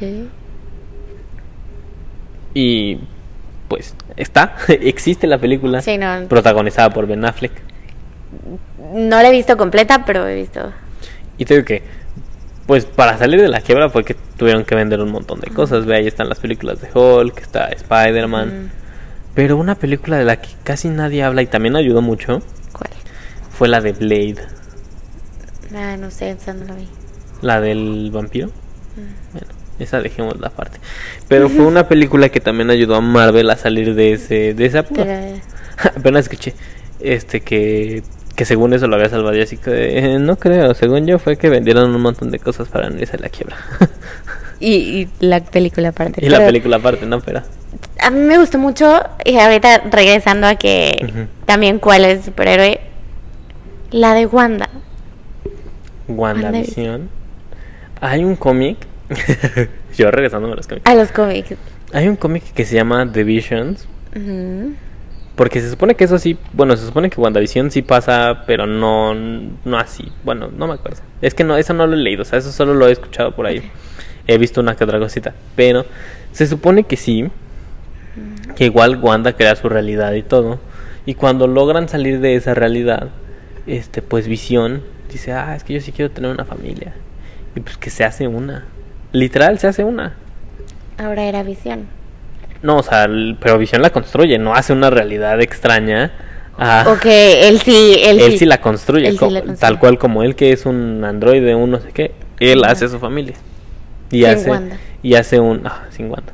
Y... pues está, existe la película, sí, no. protagonizada por Ben Affleck. No la he visto completa, pero he visto. Y te digo que, pues para salir de la quiebra fue que tuvieron que vender un montón de cosas. Ve, ahí están las películas de Hulk, está Spider-Man. Uh-huh. Pero una película de la que casi nadie habla y también ayudó mucho. ¿Cuál? Fue la de Blade. Ah, no sé, esa no la vi. La del vampiro. Uh-huh. Bueno. Esa dejemos la parte. Pero fue una película que también ayudó a Marvel a salir de ese de esa apuro. Apenas escuché este que que según eso lo había salvado Jessica. Eh, no creo, según yo fue que vendieron un montón de cosas para no irse a la quiebra. y, y la película aparte. Y pero la película aparte, no, pero a mí me gustó mucho y ahorita regresando a que uh-huh. también cuál es superhéroe, la de Wanda. WandaVision. Hay un cómic. Yo regresándome a los cómics. A los cómics. Hay un cómic que se llama The Visions. Uh-huh. Porque se supone que eso sí, bueno, se supone que WandaVision sí pasa, pero no no así. Bueno, no me acuerdo. Es que no, eso no lo he leído, o sea, eso solo lo he escuchado por ahí. Okay. He visto una que otra cosita, pero se supone que sí. que igual Wanda crea su realidad y todo. Y cuando logran salir de esa realidad, este, pues Visión dice, ah, es que yo sí quiero tener una familia. Y pues que se hace una. Literal, se hace una. Ahora era Visión. No, o sea, el- pero Visión la construye, no hace una realidad extraña. Ah, Ok, él sí, él, él sí. sí la construye, Él sí co- la construye. tal cual como él, que es un androide, un no sé qué. Él Ajá. hace su familia. Y Sin hace, Wanda. y hace un. Ah, sin Wanda.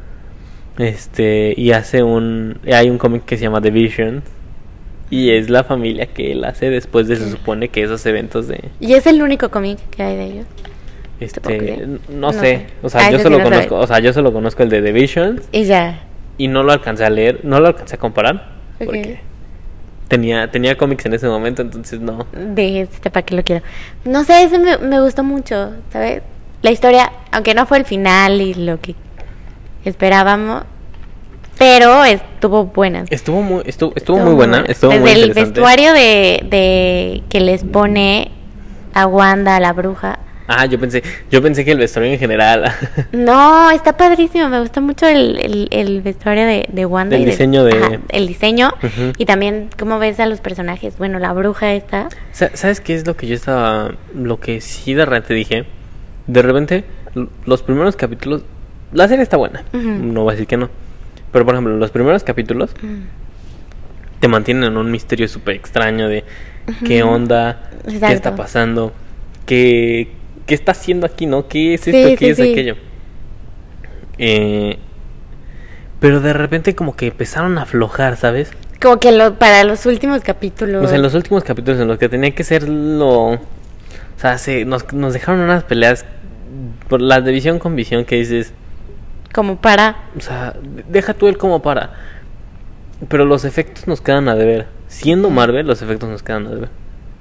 Este, y hace un. Hay un cómic que se llama The Vision. Y es la familia que él hace después de, se Sí. supone que esos eventos de. Y es el único cómic que hay de ellos. Este, creer? no, No sé. sé. O sea, Ah, yo ese solo sí no conozco. sabes. O sea, yo solo conozco el de The Vision. Y ya. Y no lo alcancé a leer. No lo alcancé a comparar. Ok. Porque tenía, tenía cómics en ese momento, entonces no. De este, ¿para qué lo quiero? No sé, ese me, me gustó mucho, ¿sabes? La historia, aunque no fue el final y lo que esperábamos, pero estuvo buena. Estuvo muy, estuvo, estuvo muy buena. Estuvo Desde muy el interesante. vestuario de, de que les pone a Wanda, a la bruja. Ah, yo pensé, yo pensé que el vestuario en general. No, está padrísimo. Me gusta mucho el, el, el vestuario de, de Wanda. Del y de- diseño de- ajá, el diseño. Ujú. Y también cómo ves a los personajes. Bueno, la bruja esta. Sa- ¿Sabes qué es lo que yo estaba, lo que sí de repente dije? De repente, l- los primeros capítulos, la serie está buena, Ujú. no voy a decir que no. Pero por ejemplo, los primeros capítulos Mm. te mantienen en un misterio súper extraño de qué Ujú. onda, qué Exacto. está pasando, qué, qué está haciendo aquí, ¿no? ¿Qué es Sí, esto? ¿Qué sí, es sí. aquello? Eh, pero de repente como que empezaron a aflojar, ¿sabes? Como que lo, para los últimos capítulos. O sea, en los últimos capítulos en los que tenía que ser lo... O sea, se, nos, nos dejaron unas peleas por la de visión con visión que dices... Como para. O sea, deja tú el como para... Pero los efectos nos quedan a deber. Siendo Marvel, los efectos nos quedan a deber.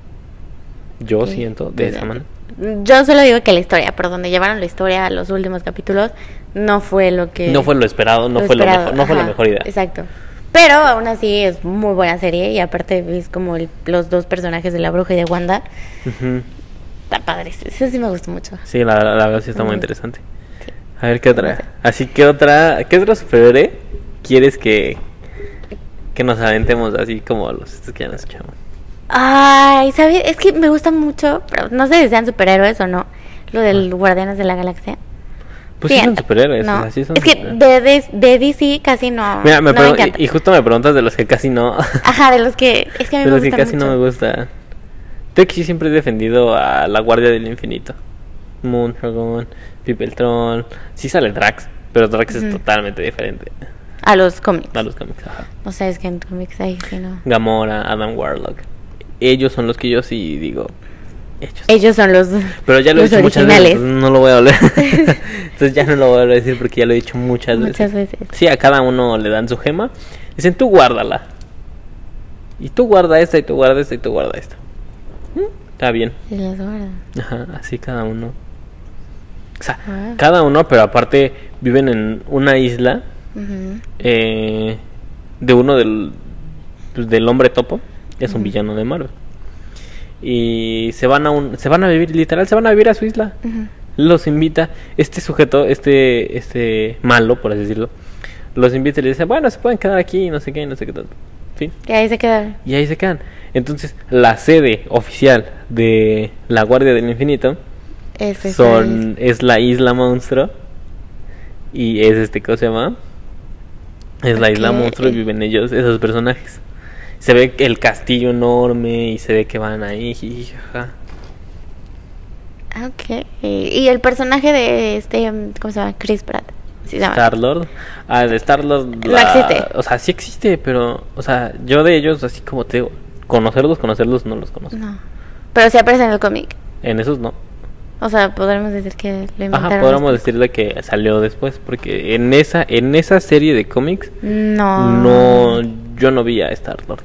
Yo Sí. siento de esa manera. Yo solo digo que la historia, por donde llevaron la historia a los últimos capítulos, no fue lo que. No fue lo esperado, no lo fue lo esperado. mejor, no fue la Ajá, mejor idea. Exacto. Pero aún así es muy buena serie y aparte ves como el- los dos personajes de la bruja y de Wanda. Ujú. Está padre. Eso sí me gustó mucho. Sí, la, la verdad sí está muy Ujú. interesante. Sí. A ver qué No sé. otra. Así que otra, ¿qué otro superhéroe quieres que que nos aventemos así como los estos que ya nos echamos? Ay, ¿sabes? Es que me gusta mucho, pero no sé si sean superhéroes o no, lo del Guardianes de la Galaxia. Pues sí, son en- superhéroes, no. o sea, sí son es que superhéroes. de, de, de D C casi no, Mira, me no me pregun- encanta. y, y justo me preguntas de los que casi no, Ajá, de los que es que a mí de me los que gusta casi mucho. no me gusta. Yo que sí siempre he defendido a la Guardia del Infinito. Moon Dragon, People Troll, sí sale Drax, pero Drax es Ujú. totalmente diferente A los cómics. a los cómics. Ajá. No sé, es que en cómics ahí sí no. Gamora, Adam Warlock. Ellos son los que yo sí digo. Ellos. Ellos son los Pero ya lo he los dicho muchas veces, originales. entonces no lo voy a volver. Entonces ya no lo voy a decir porque ya lo he dicho muchas veces. Muchas veces. Sí, a cada uno le dan su gema. Dicen, tú guárdala. Y tú guarda esta, y tú guarda esta, y tú guarda esta. ¿Mm? Está bien. Y las guardan. Ajá, así cada uno. O sea, Ah. cada uno, pero aparte viven en una isla Ujú. eh, de uno del, pues, del hombre topo. Es un Ujú. villano de Marvel. Y se van a un, se van a vivir, literal, se van a vivir a su isla. Ujú. Los invita, este sujeto, este, este malo, por así decirlo, los invita y le dice, bueno, se pueden quedar aquí, no sé qué, no sé qué tanto. Fin. Y ahí se quedaron. Y ahí se quedan. Entonces, la sede oficial de la Guardia del Infinito Es esa son, es la isla monstruo. Y es este, ¿cómo se llama? Es la isla Ok. monstruo y viven ellos, esos personajes. Se ve el castillo enorme y se ve que van ahí. jiji, jaja. isla. Ok. Y el personaje de este, ¿cómo se llama? Chris Pratt. Sí, se llama. Star-Lord. Ah, de Star-Lord. No la- existe. O sea, sí existe, pero, o sea, yo de ellos, así como te digo, conocerlos, conocerlos, no los conozco. No. Pero sí aparece en el cómic. En esos no. O sea, podremos decir que lo inventaron. Ajá, podríamos después. decirle que salió después, porque en esa, en esa serie de cómics, No. no, yo no vi a Star-Lord.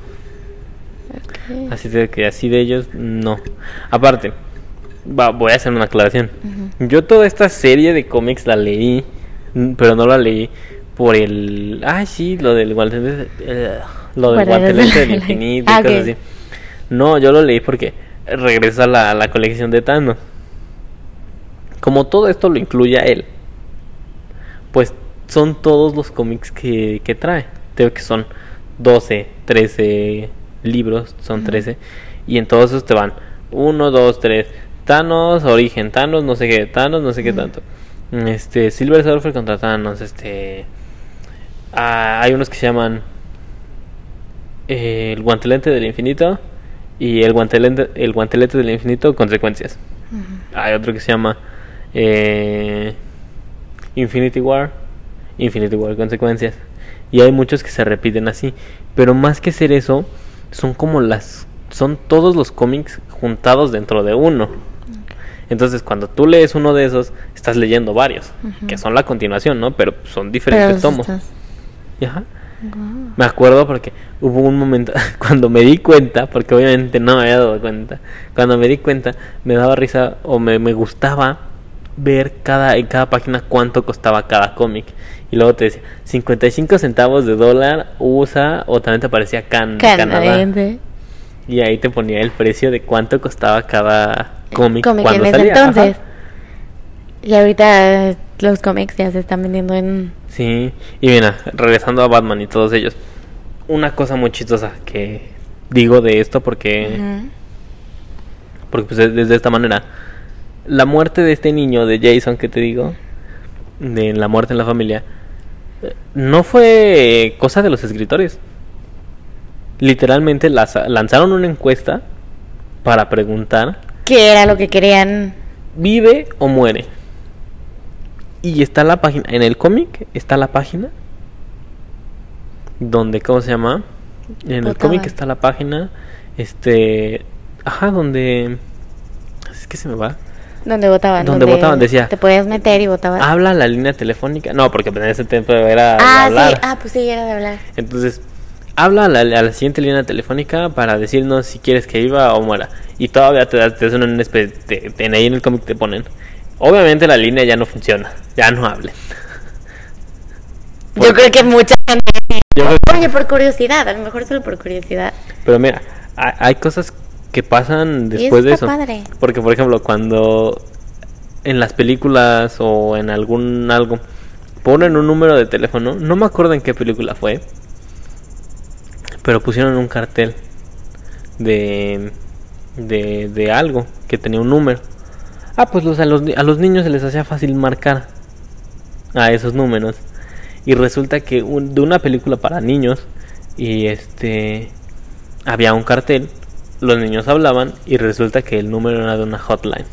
Ok. Así de que así de ellos, no. Aparte, va, voy a hacer una aclaración. Ujú. Yo toda esta serie de cómics la leí, mm, pero no la leí por el... Ay, sí, lo del guantelete, eh, lo del Guardianes guantelete de del la- infinito y Ah, cosas ok. así. No, yo lo leí porque regresa la, la colección de Thanos. Como todo esto lo incluye a él, pues son todos los cómics que, que trae. Te digo que son doce, trece libros, son uh-huh. trece. Y en todos esos te van uno, dos, tres. Thanos, Origen, Thanos, no sé qué, Thanos, no sé uh-huh. qué tanto. Este, Silver Surfer contra Thanos, este... Ah, hay unos que se llaman... Eh, el guantelete del infinito y el guantelete, el guantelete del infinito, consecuencias. Uh-huh. Hay otro que se llama eh, Infinity War, Infinity War, consecuencias. Y hay muchos que se repiten así, pero más que ser eso, son como las, son todos los cómics juntados dentro de uno. Okay. Entonces, cuando tú lees uno de esos, estás leyendo varios, uh-huh. que son la continuación, ¿no? Pero son diferentes tomos. Estás... Ajá. Wow. Me acuerdo porque hubo un momento cuando me di cuenta, porque obviamente no me había dado cuenta, cuando me di cuenta me daba risa o me, me gustaba ver cada en cada página cuánto costaba cada cómic. Y luego te decía cincuenta y cinco centavos de dólar U S A, o también te aparecía Can- Canadá. Y ahí te ponía el precio de cuánto costaba cada cómic cuando en ese salía. Entonces. Ajá. Y ahorita los cómics ya se están vendiendo en... Sí, y mira, regresando a Batman y todos ellos, una cosa muy chistosa que digo de esto porque... Uh-huh. Porque pues es de esta manera. La muerte de este niño, de Jason, que te digo, de la muerte en la familia, no fue cosa de los escritores. Literalmente las, lanzaron una encuesta para preguntar... ¿Qué era lo que querían? ¿Vive o muere? Y está la página, en el cómic está la página donde, ¿cómo se llama? En el cómic está la página, este, ajá, donde, es que se me va. Donde votaban. Donde, donde votaban, decía. Te podías meter y votabas. Habla la línea telefónica. No, porque en ese tiempo era ah, de hablar. Sí. Ah, pues sí, era de hablar. Entonces, habla a la, a la siguiente línea telefónica para decirnos si quieres que viva o muera. Y todavía te, te hacen una especie de, de, de ahí en el cómic te ponen. Obviamente la línea ya no funciona, ya no hablen. Yo creo que mucha gente... Yo Oye, por curiosidad, a lo mejor solo por curiosidad. Pero mira, hay, hay cosas que pasan después de eso. Padre. Porque, por ejemplo, cuando en las películas o en algún algo ponen un número de teléfono, no me acuerdo en qué película fue, pero pusieron un cartel de, de, de algo que tenía un número. Ah, pues los, a, los, a los niños se les hacía fácil marcar a esos números. Y resulta que un, de una película para niños, y este había un cartel, los niños hablaban y resulta que el número era de una hotline.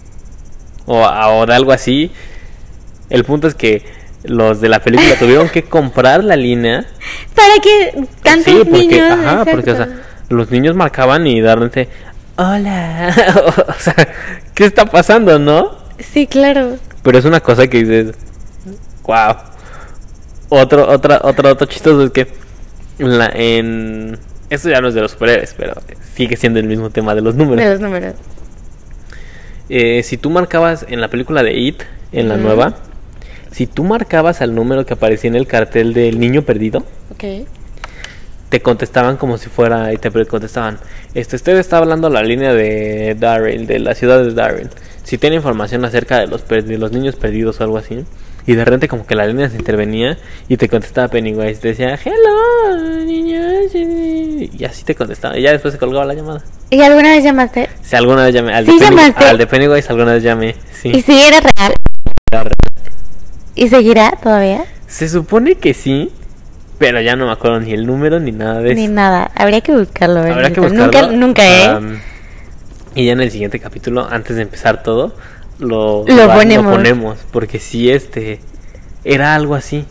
O, o de algo así. El punto es que los de la película tuvieron que comprar la línea. Para que tantos sí, porque, niños... Ajá, exacto. Porque o sea, los niños marcaban y darle... Hola, o sea, ¿qué está pasando, no? Sí, claro. Pero es una cosa que dices, wow. Otro, otra, otro, otro chistoso es que en, la, en esto ya no es de los superhéroes, pero sigue siendo el mismo tema de los números. De los números. Eh, si tú marcabas en la película de It, en la mm. nueva, si tú marcabas al número que aparecía en el cartel del niño perdido, okay. te contestaban como si fuera, y te contestaban, este, usted está hablando a la línea de Darryl, de la ciudad de Darryl. Si tiene información acerca de los, per- de los niños perdidos o algo así. Y de repente como que la línea se intervenía y te contestaba Pennywise, te decía, hello, niños, y así te contestaba. Y ya después se colgaba la llamada. ¿Y alguna vez llamaste? Sí, alguna vez llamé. Al, ¿Sí de, llamaste? Penny- al de Pennywise alguna vez llamé, sí. ¿Y si era real? Era real. ¿Y seguirá todavía? Se supone que sí, pero ya no me acuerdo ni el número ni nada de eso. Ni nada, habría que buscarlo. Habría que buscarlo. Nunca, nunca, ¿eh? Um, y ya en el siguiente capítulo, antes de empezar todo, lo, lo, va, ponemos. lo ponemos. Porque sí, este, era algo así.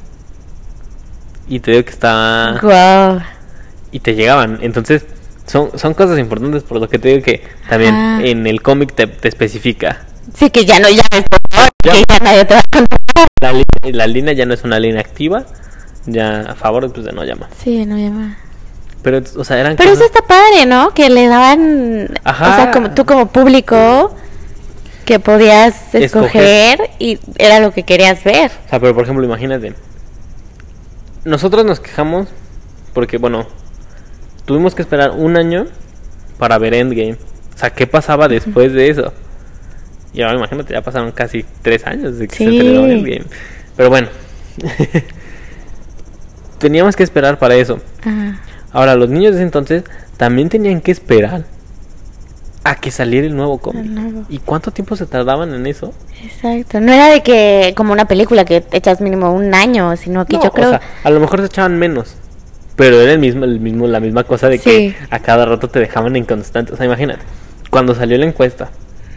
Y te digo que estaba... Wow. Y te llegaban, entonces... Son, son cosas importantes, por lo que te digo que también ah. en el cómic te, te especifica. Sí, que ya no llames, por favor, ya. Que ya nadie te va a contar. La, li- la línea ya no es una línea activa, ya a favor pues, de no llamar. Sí, no llama. Pero, o sea, eran Pero cosas... eso está padre, ¿no? Que le daban... Ajá. O sea, como tú como público, que podías escoger, escoger y era lo que querías ver. O sea, pero por ejemplo, imagínate. Nosotros nos quejamos porque, bueno... Tuvimos que esperar un año para ver Endgame. O sea, ¿qué pasaba después de eso? Y ahora imagínate, ya pasaron casi tres años de que sí. se estrenó Endgame. Pero bueno, Teníamos que esperar para eso. Ajá. Ahora, los niños de ese entonces también tenían que esperar a que saliera el nuevo cómic. El nuevo. ¿Y cuánto tiempo se tardaban en eso? Exacto. No era de que, como una película que te echas mínimo un año, sino que No, yo creo... o sea, a lo mejor se echaban menos. Pero era el mismo, el mismo, la misma cosa de que Sí. a cada rato te dejaban en constante. O sea, imagínate, cuando salió la encuesta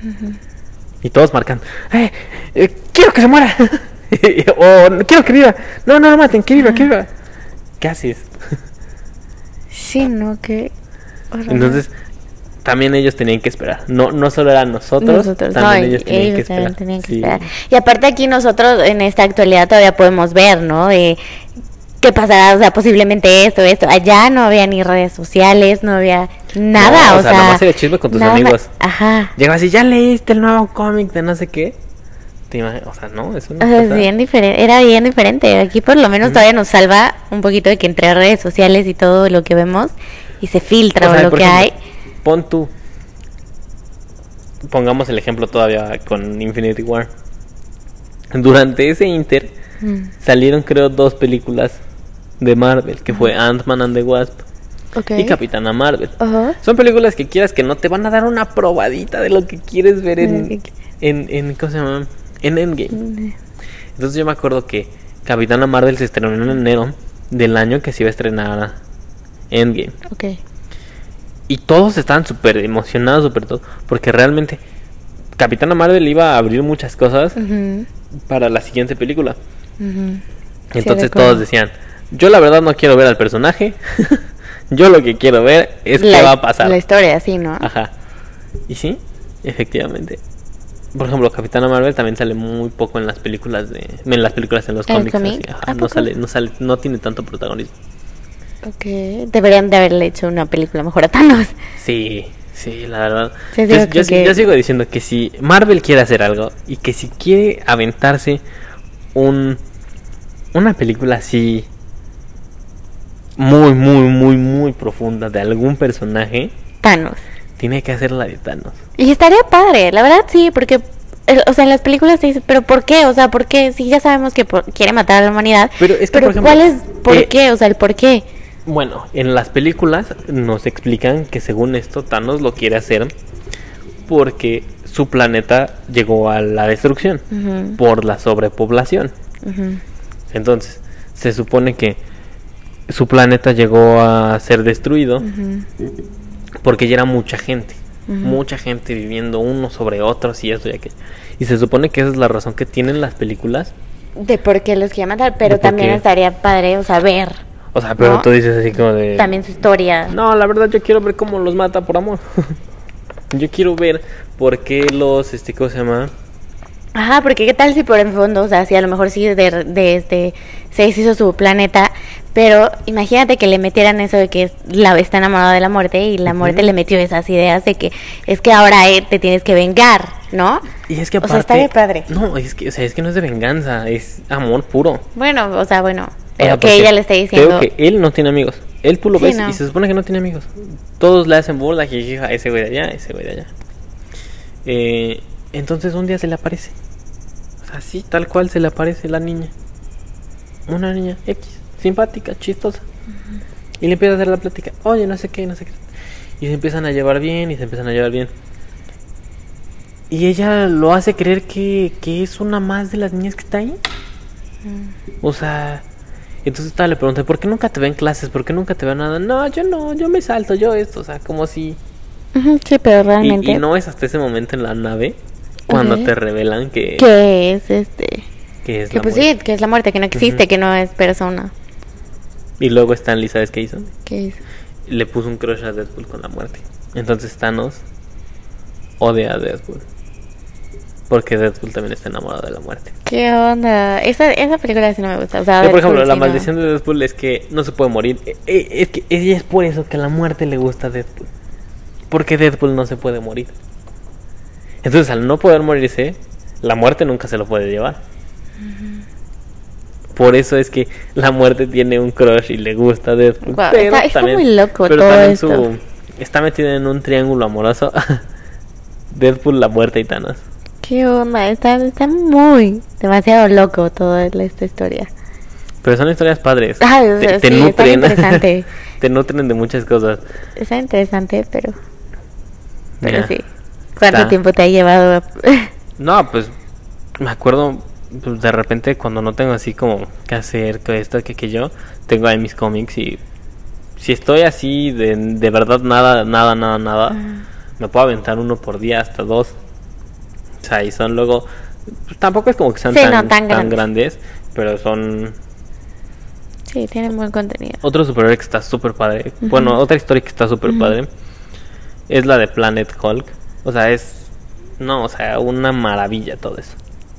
y todos marcan, eh, eh, quiero que se muera. O "No, quiero que viva. No, no lo maten, que viva, que viva. ¿Qué haces? Sí, ¿no? Que... horror. Entonces, también ellos tenían que esperar. No, no solo eran nosotros, Nosotros, también no, ellos tenían ellos que también esperar. tenían que Sí. esperar. Y aparte aquí nosotros en esta actualidad todavía podemos ver, ¿no? De qué pasará, o sea, posiblemente esto, esto. Allá no había ni redes sociales, no había nada, No, o, sea... nada más era chisme con tus nada más- amigos. Ajá. Llegabas y ya leíste el nuevo cómic de no sé qué. Te imag- O sea, no, es una O sea, es cosa- bien diferente, era bien diferente. Aquí por lo menos Ujú. todavía nos salva un poquito de que entre redes sociales y todo lo que vemos y se filtra O o, sea, lo por que ejemplo, hay. Pon tú. Pongamos el ejemplo todavía con Infinity War. Durante ese inter Mm, salieron creo dos películas de Marvel, que fue Ant-Man and the Wasp ok. y Capitana Marvel. Ajá. Son películas que quieras que no te van a dar una probadita de lo que quieres ver en, en, en ¿cómo se llama? En Endgame. Mm, Entonces yo me acuerdo que Capitana Marvel se estrenó en enero del año que se iba a estrenar Endgame. ok. Y todos estaban súper emocionados, súper todo, porque realmente Capitana Marvel iba a abrir muchas cosas Ujú, para la siguiente película. ujú. Sí, Entonces recuerdo. todos decían, yo la verdad no quiero ver al personaje, yo lo que quiero ver es La- qué va a pasar. La historia, sí, ¿no? Ajá. Y sí, efectivamente. Por ejemplo, Capitana Marvel también sale muy poco en las películas de, en las películas en los ¿En el cómics. cómic? así, ajá, ¿A no poco? sale, no sale, no tiene tanto protagonismo. Ok. Deberían de haberle hecho una película mejor a Thanos. Sí, sí, la verdad. Sí, yo, digo yo, que- yo sigo diciendo que si Marvel quiere hacer algo y que si quiere aventarse un una película así muy, muy, muy, muy profunda de algún personaje, Thanos. tiene que hacer la de Thanos. Y estaría padre, la verdad sí, porque, eh, o sea, en las películas te dicen, pero ¿por qué? O sea, ¿por qué? Si ya sabemos que por- quiere matar a la humanidad, Pero es que, por ejemplo, ¿cuál es, por eh, qué? O sea, el por qué. Bueno, en las películas nos explican que según esto Thanos lo quiere hacer porque su planeta llegó a la destrucción Ujú, por la sobrepoblación. ujú. Entonces, se supone que su planeta llegó a ser destruido Ujú, porque ya era mucha gente. Ujú. Mucha gente viviendo unos sobre otros y eso y aquello. Y se supone que esa es la razón que tienen las películas. De por qué los quiere matar, pero De por también qué. estaría padre, o sea, ver O sea, pero ¿No? tú dices así como de... también su historia. No, la verdad yo quiero ver cómo los mata por amor. Yo quiero ver por qué los, este, ¿cómo se llama? Ajá, porque qué tal si por el fondo, o sea, si a lo mejor sí de, de este se deshizo su planeta, pero imagínate que le metieran eso de que la está enamorada de la muerte y la Ujú. muerte le metió esas ideas de que es que ahora eh, te tienes que vengar, ¿no? Y es que O aparte... sea, estaría padre. No, es que, o sea, es que no es de venganza, es amor puro. Bueno, o sea, bueno, O pero sea, que porque ella le esté te diciendo, digo que él no tiene amigos. Él tú lo Sí, ves no. y se supone que no tiene amigos. Todos le hacen burla, jijija, ese güey de allá, ese güey de allá. Eh, entonces un día se le aparece. O sea, así, tal cual se le aparece la niña. Una niña X, simpática, chistosa. Y le empieza a hacer la plática. Oye, no sé qué, no sé qué. Y se empiezan a llevar bien y se empiezan a llevar bien. Y ella lo hace creer que, que es una más de las niñas que está ahí. O sea, entonces estaba le pregunté, ¿por qué nunca te ven clases? ¿Por qué nunca te ven nada? No, yo no, yo me salto, yo esto, o sea, como si... ujú, sí, pero Y, realmente y no es hasta ese momento en la nave cuando Ok. te revelan que, que es este, que es que la pues muerte. sí, que es la muerte, que no existe, Ujú. que no es persona. Y luego Stanley, ¿sabes qué hizo? Que es Le puso un crush a Deadpool con la muerte. Entonces Thanos odia a Deadpool. Porque Deadpool también está enamorado de la muerte. ¿Qué onda? Esa, esa película sí no me gusta. O sea, Pero, por Deadpool ejemplo, la sí no. maldición de Deadpool es que no se puede morir. Eh, eh, Es que ella es por eso que a la muerte le gusta a Deadpool. Porque Deadpool no se puede morir. Entonces, al no poder morirse, la muerte nunca se lo puede llevar. Por eso es que la muerte tiene un crush y le gusta a Deadpool. Guau, pero está- está también, muy loco pero todo también esto. su- está metido en un triángulo amoroso. Deadpool, la muerte y Thanos. ¿Qué onda? Está, está muy, demasiado loco toda esta historia. Pero son historias padres. Ah, te, sí, te está nutren. interesante. Te nutren de muchas cosas. Está interesante, pero... Pero Ya. sí. ¿Cuánto Está. tiempo te ha llevado? a- No, pues me acuerdo pues, de repente cuando no tengo así como que hacer que esto, que que yo, tengo ahí mis cómics y si estoy así de, de verdad nada, nada, nada, nada, Ah. me puedo aventar uno por día hasta dos. O sea, y son luego pues, tampoco es como que sean Sí, tan, no, tan tan grandes. grandes, pero son Sí, tienen buen contenido. otro superhéroe que está súper padre. Ujú. Bueno, otra historia que está súper Ujú. padre es la de Planet Hulk. O sea, es no, o sea, una maravilla todo eso.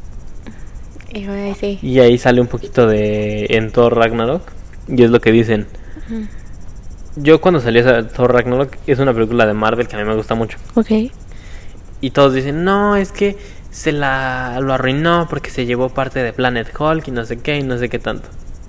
Y bueno, sí. Y ahí sale un poquito de en Thor Ragnarok. Y es lo que dicen. Ujú. Yo cuando salió esa Thor Ragnarok es una película de Marvel que a mí me gusta mucho. Ok. Y todos dicen, no, es que se la lo arruinó porque se llevó parte de Planet Hulk y no sé qué y no sé qué tanto.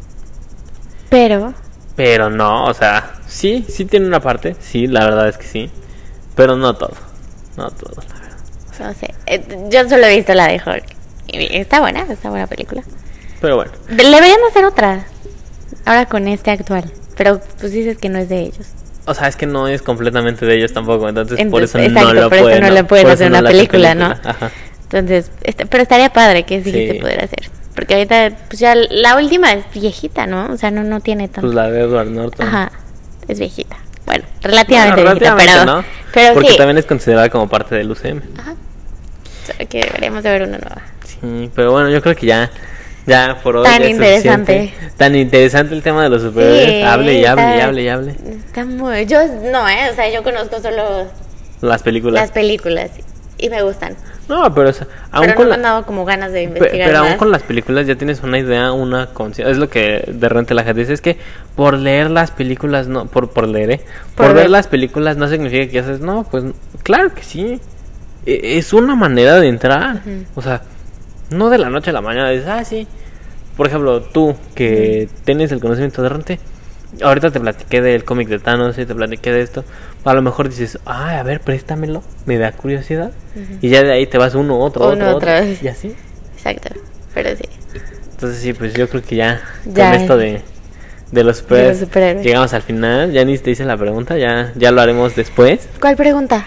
Pero... Pero no, o sea, sí, sí tiene una parte, sí, la verdad es que sí. Pero no todo, no todo, la verdad. No sé. Eh, Yo solo he visto la de Hulk. Y está buena, está buena película. Pero bueno, De- Deberían hacer otra. Ahora con este actual. Pero pues dices que no es de ellos. o sea, es que no es completamente de ellos tampoco, entonces, por Entonces, eso exacto, no lo por eso pueden, no le pueden por hacer eso no una le hacen película, ¿no? Ajá. Entonces, este, pero estaría padre que sí, Sí. se pudiera hacer. Porque ahorita, pues ya la última es viejita, ¿no? O sea, no, no tiene tanto. Pues la de Edward Norton. Ajá, es viejita. Bueno, relativamente, Bueno, viejita, relativamente, pero, ¿no? pero Porque sí. también es considerada como parte del U C M. Ajá. O sea, que deberíamos de ver una nueva. Sí, pero bueno, yo creo que ya, ya por hoy Tan ya es interesante. suficiente. Tan interesante el tema de los superhéroes. Sí, hable y hable y está- hable y hable. Está muy... Yo no, ¿eh? O sea, yo conozco solo Las películas. las películas y me gustan. No, pero o sea, aún Pero con no la- me han dado como ganas de Pe- investigar pero aún más. con las películas ya tienes una idea, una conciencia. Es lo que de repente la gente dice, es que por leer las películas, no, por, por leer, ¿eh? Por, Por ver ver. las películas no significa que haces, no, pues claro que sí. E- Es una manera de entrar. Ujú. O sea, no de la noche a la mañana dices, ah, sí. Por ejemplo, tú que tienes el conocimiento de repente, ahorita te platiqué del cómic de Thanos y te platiqué de esto. A lo mejor dices, ay, a ver, préstamelo, me da curiosidad. Ujú. Y ya de ahí te vas uno, otro, Uno, otro, otra otro. vez. Y así. Exacto, pero sí. Entonces sí, pues yo creo que ya, Ya, con esto de, de los superhéroes, superhéroes. llegamos al final. Ya ni te hice la pregunta, ya, ya lo haremos después. ¿Cuál pregunta?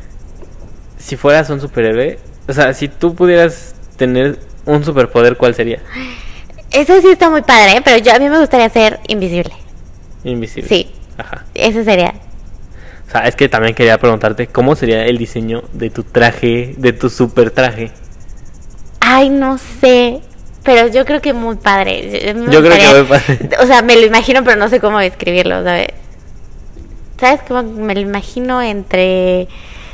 Si fueras un superhéroe, o sea, si tú pudieras tener un superpoder, ¿cuál sería? Ese sí está muy padre, ¿eh? Pero yo a mí me gustaría ser invisible. Invisible. Sí. Ajá. Ese sería. O sea, es que también quería preguntarte cómo sería el diseño de tu traje, de tu super traje. Ay, no sé. Pero yo creo que muy padre. Me Yo creo que gustaría- muy padre. O sea, me lo imagino, pero no sé cómo describirlo, ¿sabes? ¿Sabes cómo me lo imagino entre...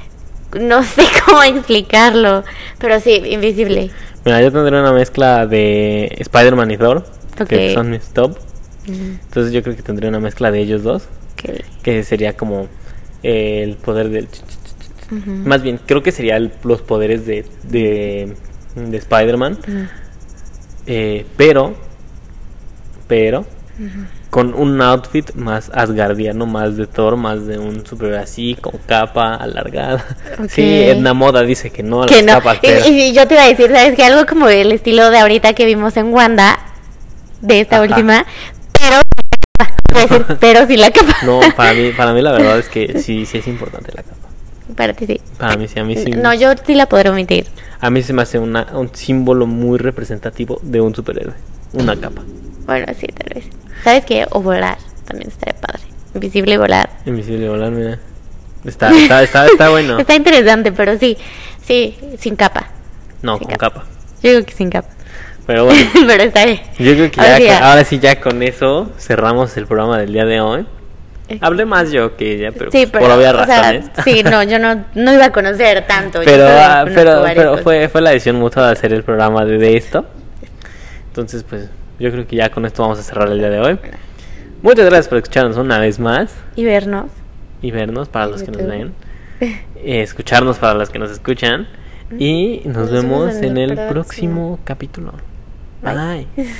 No sé cómo explicarlo. Pero sí, invisible. Mira, yo tendría una mezcla de Spider-Man y Thor, Ok. que son mis top. Ujú, Entonces yo creo que tendría una mezcla de ellos dos, ok. que sería como eh, el poder del... Ujú, Más bien, creo que serían los poderes de, de, de Spider-Man. ujú, eh, pero, pero, ujú. con un outfit más asgardiano, más de Thor, más de un superhéroe así, con capa alargada. Ok. Sí, Edna Moda dice que no a Que las no. capas, pero... Y, y yo te iba a decir, ¿sabes qué? Algo como el estilo de ahorita que vimos en Wanda, de esta Ajá. última, pero... Voy a decir, pero sin la capa. No, para mí, para mí la verdad es que sí, sí es importante la capa. Para ti sí. Para mí sí, a mí sí. No, yo sí la podré omitir. A mí se me hace una, un símbolo muy representativo de un superhéroe. Una capa. Bueno, sí, tal vez. ¿Sabes qué? O volar. También estaría padre. Invisible y volar. Invisible volar, mira. Está, está, está, está bueno. Está interesante, pero sí. Sí, sin capa. No, sin con capa. capa. Yo digo que sin capa. Pero bueno, Pero está bien. yo creo que Ahora ya, sí, con- ya. ahora sí ya con eso cerramos el programa del día de hoy. Hablé más yo que ella, pero, Sí, pues, pero, por obvias o sea, razones. sí, no, yo no, no iba a conocer tanto. yo pero solo ah, conozco pero, varias pero cosas. fue, fue la decisión mutua de hacer el programa de, de esto. Entonces, pues yo creo que ya con esto vamos a cerrar el día de hoy. Muchas gracias por escucharnos una vez más Y vernos. y vernos para los que nos YouTube. ven, eh, escucharnos para los que nos escuchan y nos, Nos vemos vemos en el próximo. próximo capítulo. Bye. Bye.